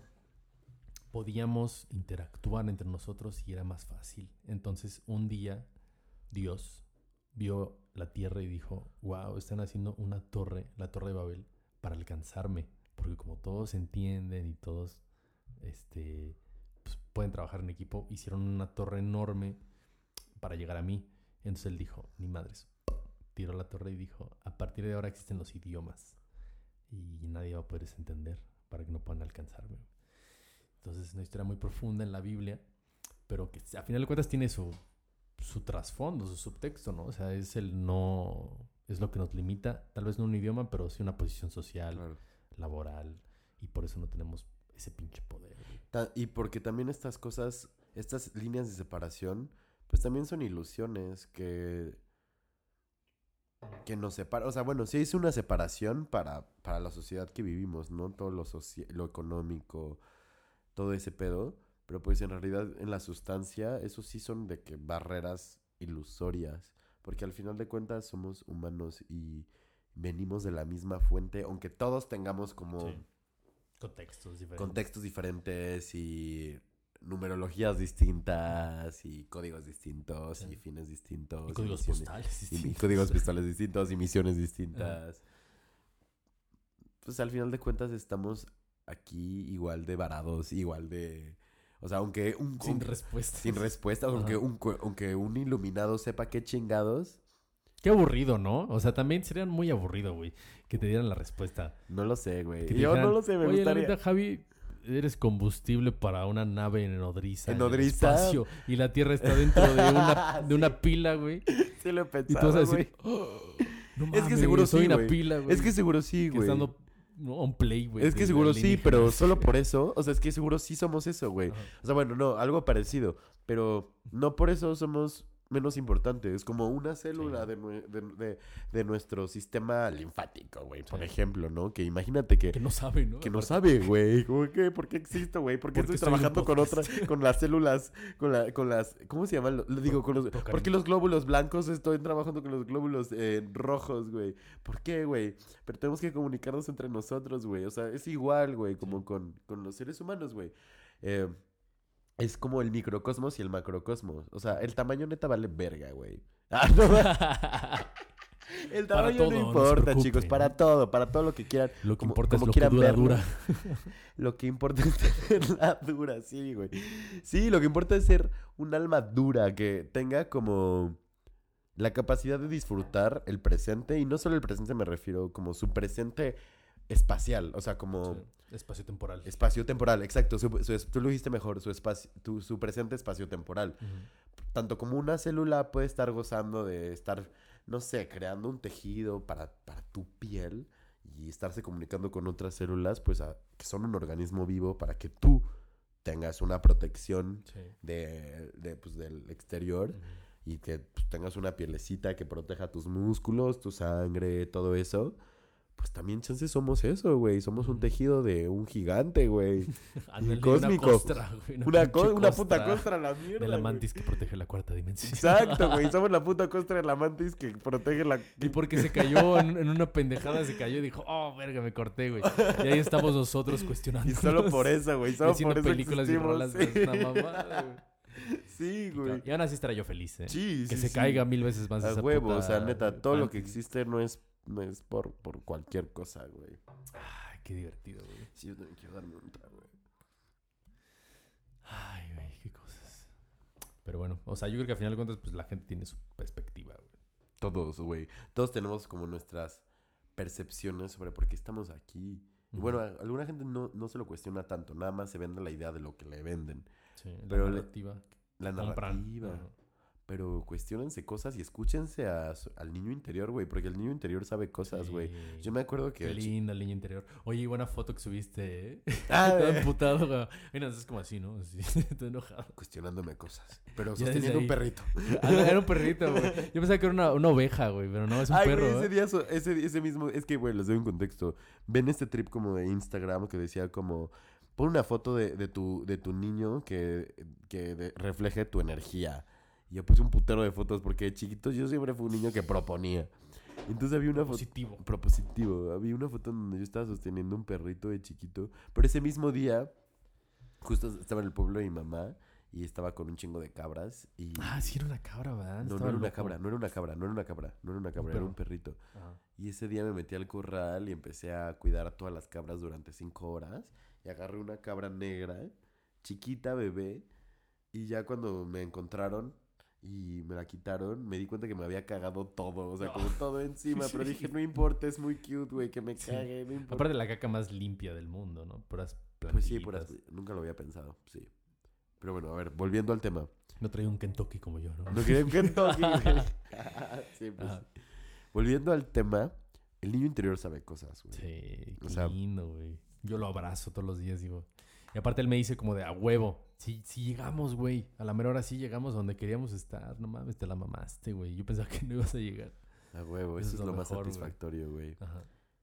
podíamos interactuar entre nosotros y era más fácil. Entonces, un día, Dios vio la tierra y dijo, wow, están haciendo una torre, la Torre de Babel, para alcanzarme. Porque como todos entienden y todos este, pues, pueden trabajar en equipo, hicieron una torre enorme para llegar a mí. Entonces él dijo, ni madres. Tiró la torre y dijo, a partir de ahora existen los idiomas. Y nadie va a poder entender para que no puedan alcanzarme. Entonces es una historia muy profunda en la Biblia, pero que a final de cuentas tiene su, su trasfondo, su subtexto, ¿no? O sea, es el no... Es lo que nos limita, tal vez no un idioma, pero sí una posición social, Claro. laboral, y por eso no tenemos ese pinche poder. güey. Ta- Y porque también estas cosas, estas líneas de separación, pues también son ilusiones que, que nos separan. O sea, bueno, sí es una separación para, para la sociedad que vivimos, ¿no? Todo lo, soci- lo económico, todo ese pedo. Pero pues en realidad en la sustancia, eso sí son de que barreras ilusorias. Porque al final de cuentas somos humanos y venimos de la misma fuente, aunque todos tengamos como... Sí. Contextos diferentes. contextos diferentes y numerologías distintas y códigos distintos Sí. y fines distintos Y códigos misiones- postales. y, distintos. códigos postales distintos y misiones distintas. Pues al final de cuentas estamos aquí igual de varados, igual de... O sea, aunque un... Sin un- respuesta. sin respuesta, aunque Ajá. un, cu- aunque un iluminado sepa qué chingados, Qué aburrido, ¿no? O sea, también sería muy aburrido, güey, que te dieran la respuesta. no lo sé, güey. Que te Yo dijeran, no lo sé, me Oye, la gustaría... neta, Javi, eres combustible para una nave en nodriza. ¿En el nodriza? espacio, y la Tierra está dentro de una, de una Sí. pila, güey. Sí lo he Y pensado, tú vas a güey. decir, "Oh, no Es que mames, seguro soy sí, una güey. pila, güey. Es que seguro sí, que güey. está dando no, un play, güey. Es que de- seguro de sí, pero alienígenas. solo por eso, o sea, es que seguro sí somos eso, güey. Ajá. O sea, bueno, no, algo parecido, pero no por eso somos menos importantes. Es como una célula Sí. de, nue- de, de- de nuestro sistema linfático, güey, por Sí. ejemplo, ¿no? Que imagínate que, Que no sabe, ¿no? que no Aparte. sabe, güey. ¿Cómo que? ¿Por qué existo, güey? ¿Por qué Porque estoy estoy en un trabajando con podcast. otras, con las células, con, la, con las, ¿cómo se llaman? Lo- Digo, con los, Procariotas. ¿por qué los glóbulos blancos estoy trabajando con los glóbulos eh, rojos, güey? ¿Por qué, güey? Pero tenemos que comunicarnos entre nosotros, güey. O sea, es igual, güey, como Sí. con, con los seres humanos, güey. Eh, es como el microcosmos y el macrocosmos. O sea, el tamaño neta vale verga, güey. Ah, no. El Para tamaño todo, no no se importa, preocupen, chicos. ¿no? Para todo, para todo lo que quieran. Lo que Como- importa como es lo que quieran dura, verlo. dura. Lo que importa es tenerla dura, sí, güey. Sí, lo que importa es ser un alma dura que tenga como la capacidad de disfrutar el presente. Y no solo el presente me refiero, como su presente espacial. O sea, como Sí. Espacio temporal. espacio temporal, exacto. Su- su- tú lo dijiste mejor, su, espacio, tu- su presente espacio temporal. Ujú. Tanto como una célula puede estar gozando de estar, no sé, creando un tejido para, para tu piel y estarse comunicando con otras células, pues a- que son un organismo vivo para que tú tengas una protección Sí. de, de, pues, del exterior Ujú. y que pues, tengas una pielecita que proteja tus músculos, tu sangre, todo eso. pues también chances somos eso, güey. Somos un tejido de un gigante, güey. Ándale, cósmico. Una costra, güey. Una, co- pinche una puta costra costra a la mierda, de la güey. mantis que protege la cuarta dimensión. Exacto, güey. Somos la puta costra de la mantis que protege la... Y porque se cayó en, en una pendejada, se cayó y dijo, oh, verga, me corté, güey. Y ahí estamos nosotros cuestionando. Y solo por eso, güey. Solo haciendo por eso películas y existimos, rolas. sí. Es una mamada, güey. Sí, güey. Y aún así estará yo feliz, ¿eh? Sí, Que sí, se sí. caiga mil veces más A esa huevo, puta o sea, neta, todo lo que mantis. existe no es, no es por, por cualquier cosa, güey. Ay, qué divertido, güey. Sí, yo también quiero darme un trago, güey. Ay, güey, qué cosas. Pero bueno, o sea, yo creo que al final de cuentas, pues la gente tiene su perspectiva, güey. Todos, güey. Todos tenemos como nuestras percepciones sobre por qué estamos aquí. Y Ujú. bueno, a- alguna gente no, no se lo cuestiona tanto. Nada más se vende la idea de lo que le venden. Sí, la Pero le- narrativa. La Compran. narrativa. Ajá. Pero cuestionense cosas y escúchense a su- al niño interior, güey. Porque el niño interior sabe cosas, güey. Sí. Yo me acuerdo que... Qué linda el niño interior. Oye, buena foto que subiste, ¿eh? Ah, Todo eh. emputado, güey. Mira, es como así, ¿no? Así, estoy enojado. Cuestionándome cosas. Pero Ya sosteniendo desde un ahí. perrito. Ah, era un perrito, güey. Yo pensaba que era una, una oveja, güey, pero no, es un Ay, perro. güey, ese ¿eh? día, so- ese, ese mismo, es que, güey, les doy un contexto. Ven este trip como de Instagram que decía como, pon una foto de, de, tu, de tu niño que, que de- refleje tu energía. Y yo puse un putero de fotos porque de chiquito yo siempre fui un niño que proponía. Entonces había una foto... Positivo. Propositivo. Había una foto en donde yo estaba sosteniendo un perrito de chiquito. Pero ese mismo día, justo estaba en el pueblo de mi mamá y estaba con un chingo de cabras y... Ah, sí, era una cabra, ¿verdad? No, no Estaba era una loco. cabra, no era una cabra, no era una cabra, no era una cabra, era perro. un perrito. Ajá. Y ese día me metí al corral y empecé a cuidar a todas las cabras durante cinco horas. Y agarré una cabra negra, chiquita, bebé. Y ya cuando me encontraron y me la quitaron, me di cuenta que me había cagado todo. O sea, No. como todo encima. Sí. Pero dije, no importa, es muy cute, güey, que me Sí. cague, no importa. Aparte la caca más limpia del mundo, ¿no? Puras Pues sí, plantitas. puras- nunca lo había pensado, sí. Pero bueno, a ver, volviendo al tema. No traía un Kentucky como yo, ¿no? No quería un Kentucky, güey. Sí, pues. Ajá. Volviendo al tema, el niño interior sabe cosas, güey. Sí, qué O sea- lindo, güey. Yo lo abrazo todos los días, digo. Y aparte él me dice como de a huevo. Sí, sí llegamos, güey. A la mera hora sí llegamos a donde queríamos estar. No mames, te la mamaste, güey. Yo pensaba que no ibas a llegar. A huevo, Eso eso, es es lo lo más mejor, güey. satisfactorio, güey. Ajá.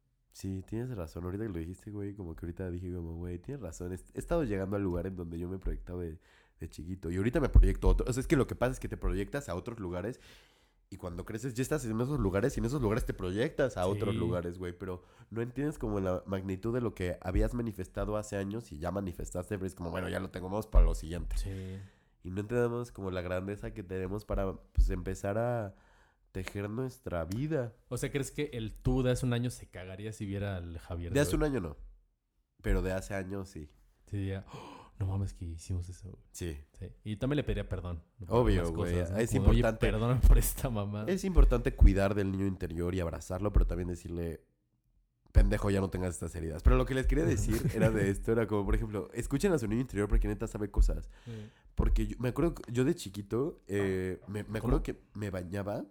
Sí, tienes razón. Ahorita que lo dijiste, güey, como que ahorita dije como, güey, tienes razón. He he estado llegando al lugar en donde yo me proyectaba de, de chiquito. Y ahorita me proyecto a otro. O sea, es que lo que pasa es que te proyectas a otros lugares. Y cuando creces ya estás en esos lugares y en esos lugares te proyectas a otros Sí. lugares, güey. Pero no entiendes como la magnitud de lo que habías manifestado hace años y ya manifestaste, pero es como, bueno, ya lo tengo, vamos para lo siguiente. Sí. Y no entendemos como la grandeza que tenemos para, pues, empezar a tejer nuestra vida. O sea, ¿crees que el tú de hace un año se cagaría si viera al Javier? De hace hoy? un año no. Pero de hace años sí. Sí, diría, "Oh, no mames que hicimos eso, güey". Sí. Sí. Y también le pediría perdón. por Obvio, algunas güey. cosas, ¿no? Es Como de, "Oye, importante. perdóname por esta mamá. Es importante cuidar del niño interior y abrazarlo, pero también decirle, pendejo, ya no tengas estas heridas. Pero lo que les quería decir era de esto, era como, por ejemplo, escuchen a su niño interior porque neta sabe cosas. Sí. Porque yo, me acuerdo, que yo de chiquito, eh, me, me acuerdo ¿Cómo? que me bañaba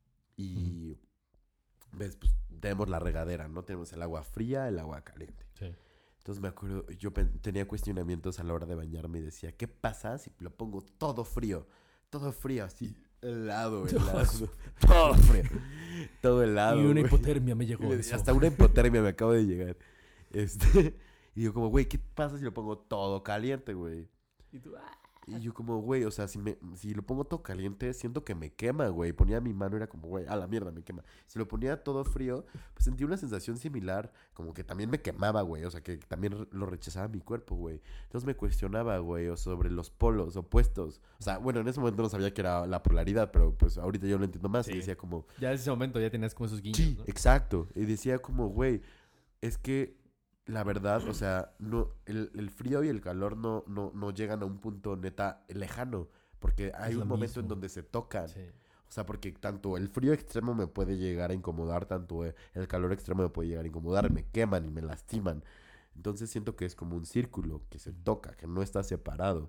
y, ves, pues tenemos la regadera, ¿no? Tenemos el agua fría, el agua caliente. Sí. Entonces me acuerdo, yo pen- tenía cuestionamientos a la hora de bañarme y decía, ¿qué pasa si lo pongo todo frío? Todo frío, así, helado, helado. Todo frío. Todo helado. Y una güey. hipotermia me llegó. Y me- eso. Hasta una hipotermia me acabo de llegar. Este, y yo como, güey, ¿qué pasa si lo pongo todo caliente, güey? Y tú, "Ah". Y yo como, güey, o sea, si, me, si lo pongo todo caliente, siento que me quema, güey. Ponía mi mano y era como, güey, a la mierda, me quema. Si lo ponía todo frío, pues sentí una sensación similar, como que también me quemaba, güey. O sea, que también re- lo rechazaba mi cuerpo, güey. Entonces me cuestionaba, güey, o sobre los polos opuestos. O sea, bueno, en ese momento no sabía que era la polaridad, pero pues ahorita yo lo entiendo más. Sí. Y decía como, Ya en ese momento ya tenías como esos guiños, sí, ¿no? exacto. Y decía como, güey, es que la verdad, o sea, no, el, el frío y el calor no, no, no llegan a un punto neta lejano. Porque hay Es lo un momento en mismo. donde se tocan. Sí. O sea, porque tanto el frío extremo me puede llegar a incomodar, tanto eh, el calor extremo me puede llegar a incomodar, me queman y me lastiman. Entonces siento que es como un círculo que se toca, que no está separado.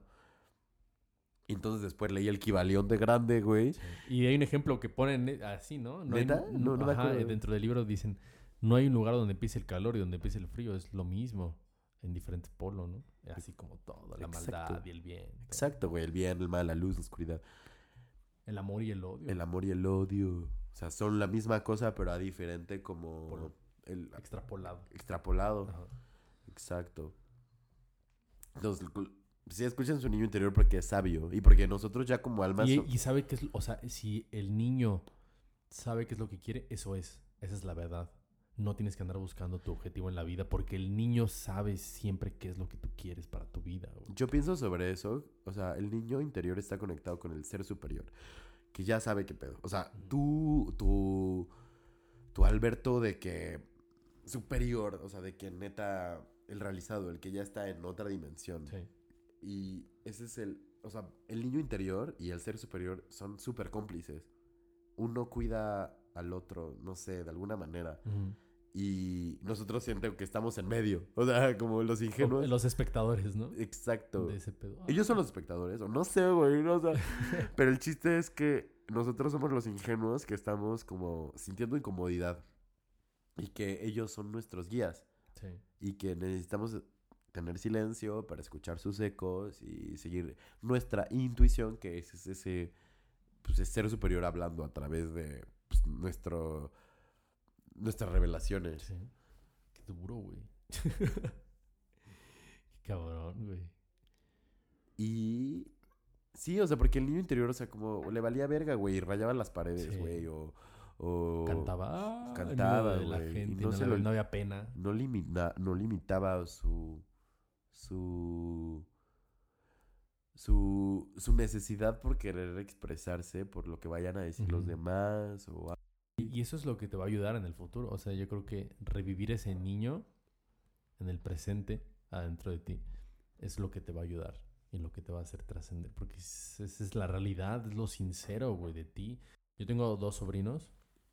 Y entonces después leí el Kibalión de grande, güey. Sí. Y hay un ejemplo que ponen eh, así, ¿no? no hay- ¿Neta? No, no me ajá, acuerdo. dentro del libro dicen, no hay un lugar donde empiece el calor y donde empiece el frío, es lo mismo en diferentes polos, ¿no? Así como todo, la Exacto. maldad y el bien. todo. Exacto, güey. El bien, el mal, la luz, la oscuridad. El amor y el odio. El amor y el odio. O sea, son la misma cosa, pero a diferente como... Polo. el Extrapolado. extrapolado. Ajá. Exacto. Entonces, sí, escuchen su niño interior porque es sabio. Y porque nosotros ya como almas... Y, so- y sabe que es... O sea, si el niño sabe qué es lo que quiere, eso es. Esa es la verdad. No tienes que andar buscando tu objetivo en la vida porque el niño sabe siempre qué es lo que tú quieres para tu vida, güey. Yo pienso sobre eso. O sea, el niño interior está conectado con el ser superior. Que ya sabe qué pedo. O sea, tú, tú, tu Alberto de que superior, o sea, de que neta el realizado, el que ya está en otra dimensión. Sí. Y ese es el, o sea, el niño interior y el ser superior son súper cómplices. Uno cuida al otro, no sé, de alguna manera. Ujú. Y nosotros sienten que estamos en medio. O sea, como los ingenuos. Los espectadores, ¿no? Exacto. De ese pedo. Ah. Ellos son los espectadores, o no sé, güey, no, o sea, pero el chiste es que nosotros somos los ingenuos que estamos como sintiendo incomodidad y que ellos son nuestros guías Sí. y que necesitamos tener silencio para escuchar sus ecos y seguir nuestra intuición, que es ese, ese pues, ese ser superior hablando a través de pues, nuestro nuestras revelaciones. Sí. Qué duro, güey. Qué cabrón, güey. Y sí, o sea, porque el niño interior, o sea, como le valía verga, güey, y rayaba las paredes, Sí. güey, o, o Cantaba. ah, cantaba, en medio de la güey, y gente. no No, se le- lo- no había pena. no, limita, no limitaba su su su su necesidad por querer expresarse por lo que vayan a decir los Ujú. demás o a- Y y eso es lo que te va a ayudar en el futuro. O sea, yo creo que revivir ese niño en el presente, adentro de ti, es lo que te va a ayudar y lo que te va a hacer trascender. Porque es- esa es la realidad, es lo sincero, güey, de ti. Yo tengo dos sobrinos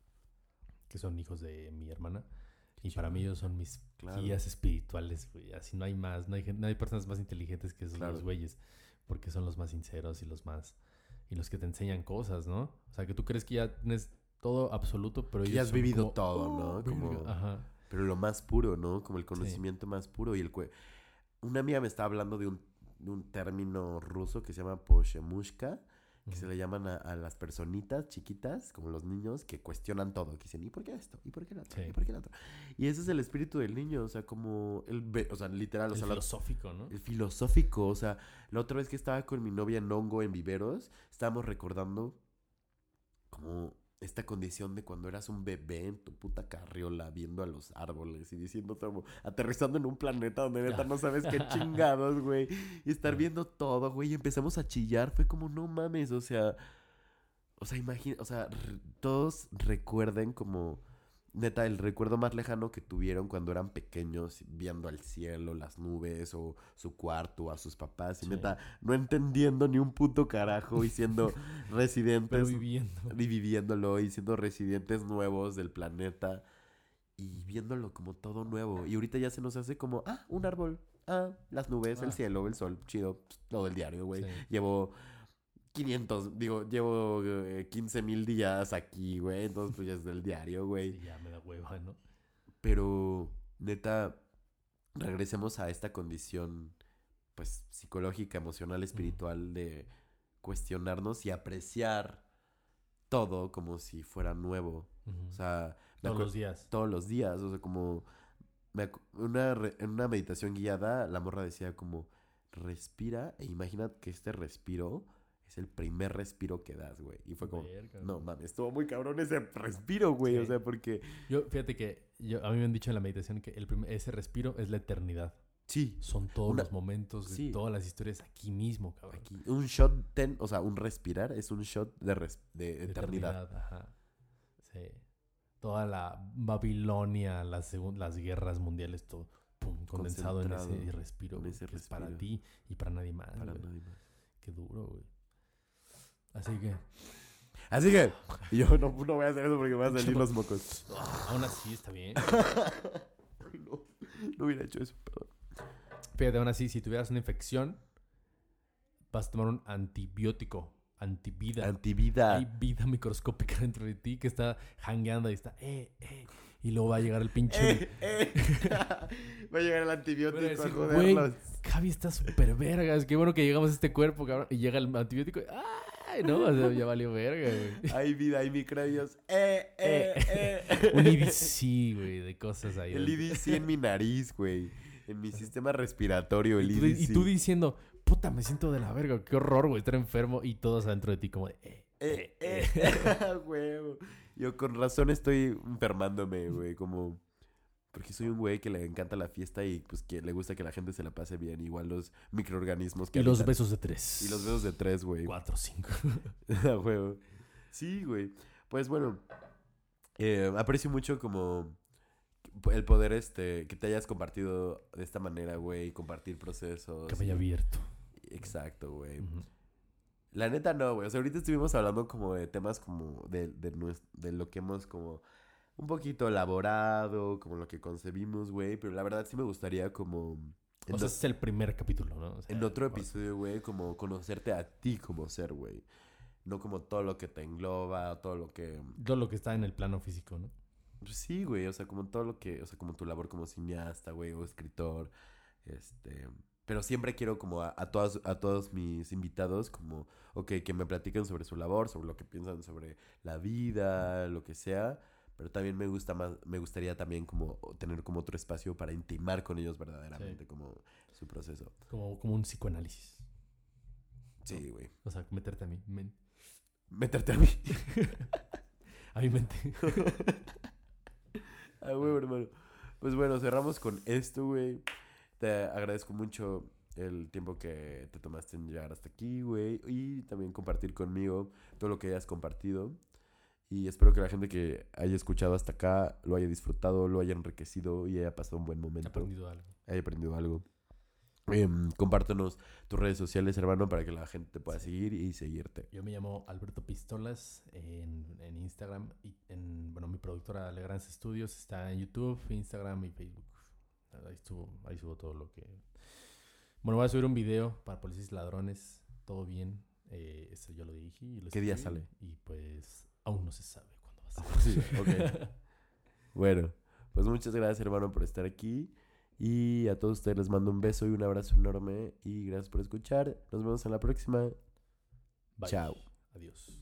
que son hijos de mi hermana. Y para mí ellos son mis Claro. guías espirituales, güey. Así no hay más. No hay, gen- no hay personas más inteligentes que esos Claro. dos güeyes. Porque son los más sinceros y los más... Y los que te enseñan cosas, ¿no? O sea, que tú crees que ya tienes todo absoluto, pero Que ellos ya has son vivido como, todo, "Oh, ¿no? verga". Como- Ajá. pero lo más puro, ¿no? Como el conocimiento más puro y el cue- una amiga me estaba hablando de un, de un término ruso que se llama poshemushka, que se Ujú. le llaman a, a las personitas chiquitas, como los niños, que cuestionan todo, que dicen, ¿y por qué esto? ¿Y por qué lo otro? Sí. ¿Y por qué lo otro? Y ese es el espíritu del niño, o sea, como, el, ve- o sea, literal, o El sea, la- filosófico, ¿no? el filosófico, o sea, la otra vez que estaba con mi novia en Hongo, en Viveros, estábamos recordando como esta condición de cuando eras un bebé en tu puta carriola viendo a los árboles y diciendo como aterrizando en un planeta donde neta no sabes qué chingados, güey, y estar Ah. viendo todo, güey, y empezamos a chillar, fue como no mames, o sea, o sea, imagina, o sea, r- todos recuerden como neta el recuerdo más lejano que tuvieron cuando eran pequeños viendo al cielo, las nubes o su cuarto a sus papás y Sí. neta no entendiendo ni un puto carajo y siendo Pero residentes viviendo. y viviéndolo y siendo residentes nuevos del planeta y viéndolo como todo nuevo. Y ahorita ya se nos hace como, ah, un árbol, ah, las nubes, el Ah. cielo, el sol, chido, todo el diario, güey. Sí. Llevo quinientos, digo, llevo eh, quince mil días aquí, güey, entonces pues ya es del diario, güey. Sí, ya me da hueva, ¿no? Pero, neta, regresemos a esta condición, pues, psicológica, emocional, espiritual de cuestionarnos y apreciar todo como si fuera nuevo. Ujú. O sea, me Todos acuer- los días. todos los días, o sea, como me acu- una re- en una meditación guiada, la morra decía como respira e imagina que este respiro es el primer respiro que das, güey. Y fue como, Verga, no güey. mames, estuvo muy cabrón ese respiro, güey. Sí. O sea, porque Yo, fíjate que yo, a mí me han dicho en la meditación que el prim- ese respiro es la eternidad. sí, Son todos Una- los momentos de sí. todas las historias aquí mismo, cabrón. aquí un shot, ten, o sea, un respirar es un shot de, res- de De eternidad. Ajá. Sí. Toda la Babilonia, las, segun- las guerras mundiales, todo pum, condensado en ese Concentrado respiro. en güey, ese que es para respiro. ti y para nadie más. Para güey. nadie más. Qué duro, güey. Así que, Así que, yo no, no voy a hacer eso porque me van a salir los mocos. aún así está bien. No, no hubiera hecho eso, perdón. Fíjate, aún así, si tuvieras una infección, vas a tomar un antibiótico, antivida. Antivida. Hay vida microscópica dentro de ti que está hangueando y está, eh, eh. Y luego va a llegar el pinche... Eh, eh. Va a llegar el antibiótico Voy a a decir, joderlos. Javi está súper vergas. Qué bueno que llegamos a este cuerpo, cabrón. Y llega el antibiótico. y, ¡ah! Ay, no, o sea, ya valió verga, güey. Hay vida, hay microbios. Eh, eh, eh. Un E D C, güey, de cosas ahí. El E D C en mi nariz, güey. En mi sistema respiratorio, el y, tú, E D C. y tú diciendo, puta, me siento de la verga, qué horror, güey, estar enfermo. Y todos adentro de ti como de, eh, Eh, eh, eh. eh. Huevo. Yo con razón estoy enfermándome, güey. Como... Porque soy un güey que le encanta la fiesta y pues que le gusta que la gente se la pase bien. Igual los microorganismos que Y los habitan. besos de tres. Y los besos de tres, güey. Cuatro, cinco. A huevo. Sí, güey. Pues bueno, eh, aprecio mucho como el poder este que te hayas compartido de esta manera, güey, compartir procesos. Cabello y- abierto. Exacto, güey. Ujú. La neta no, güey. O sea, ahorita estuvimos hablando como de temas como de, de, nues- de lo que hemos como un poquito elaborado, como lo que concebimos, güey. Pero la verdad sí me gustaría como... en O sea, dos- es el primer capítulo, ¿no? O sea, En otro bueno, episodio, güey, como conocerte a ti como ser, güey. No como todo lo que te engloba, todo lo que... todo lo que está en el plano físico, ¿no? Pues sí, güey, o sea, como todo lo que... O sea, como tu labor como cineasta, güey, o escritor. Este... Pero siempre quiero como a, a, todas, a todos mis invitados como... Ok, que me platiquen sobre su labor, sobre lo que piensan sobre la vida, lo que sea. Pero también me gusta más... Me gustaría también como tener como otro espacio para intimar con ellos verdaderamente, Sí. como su proceso. Como, como un psicoanálisis. Sí, güey. O sea, meterte a mi mente. Meterte a mí. A mi mente. Ah, güey, hermano. Pues bueno, cerramos con esto, güey. Te agradezco mucho el tiempo que te tomaste en llegar hasta aquí, güey. Y también compartir conmigo todo lo que hayas compartido. Y espero que la gente que haya escuchado hasta acá lo haya disfrutado, lo haya enriquecido y haya pasado un buen He momento. aprendido algo. Haya aprendido algo. Em, compártenos tus redes sociales, hermano, para que la gente te pueda seguir y seguirte. Yo me llamo Alberto Pistolas en, en Instagram y en, bueno, mi productora Legrand Studios está en YouTube, Instagram y Facebook. Ahí subo, ahí subo todo lo que... Bueno, voy a subir un video para policías y ladrones, todo bien. Eh, eso yo lo dirigí. Y lo ¿Qué día escribí, sale? Y pues aún no se sabe cuándo va a ser. Sí, ok. Bueno, pues muchas gracias, hermano, por estar aquí. Y a todos ustedes les mando un beso y un abrazo enorme. Y gracias por escuchar. Nos vemos en la próxima. Bye. Chao. Adiós.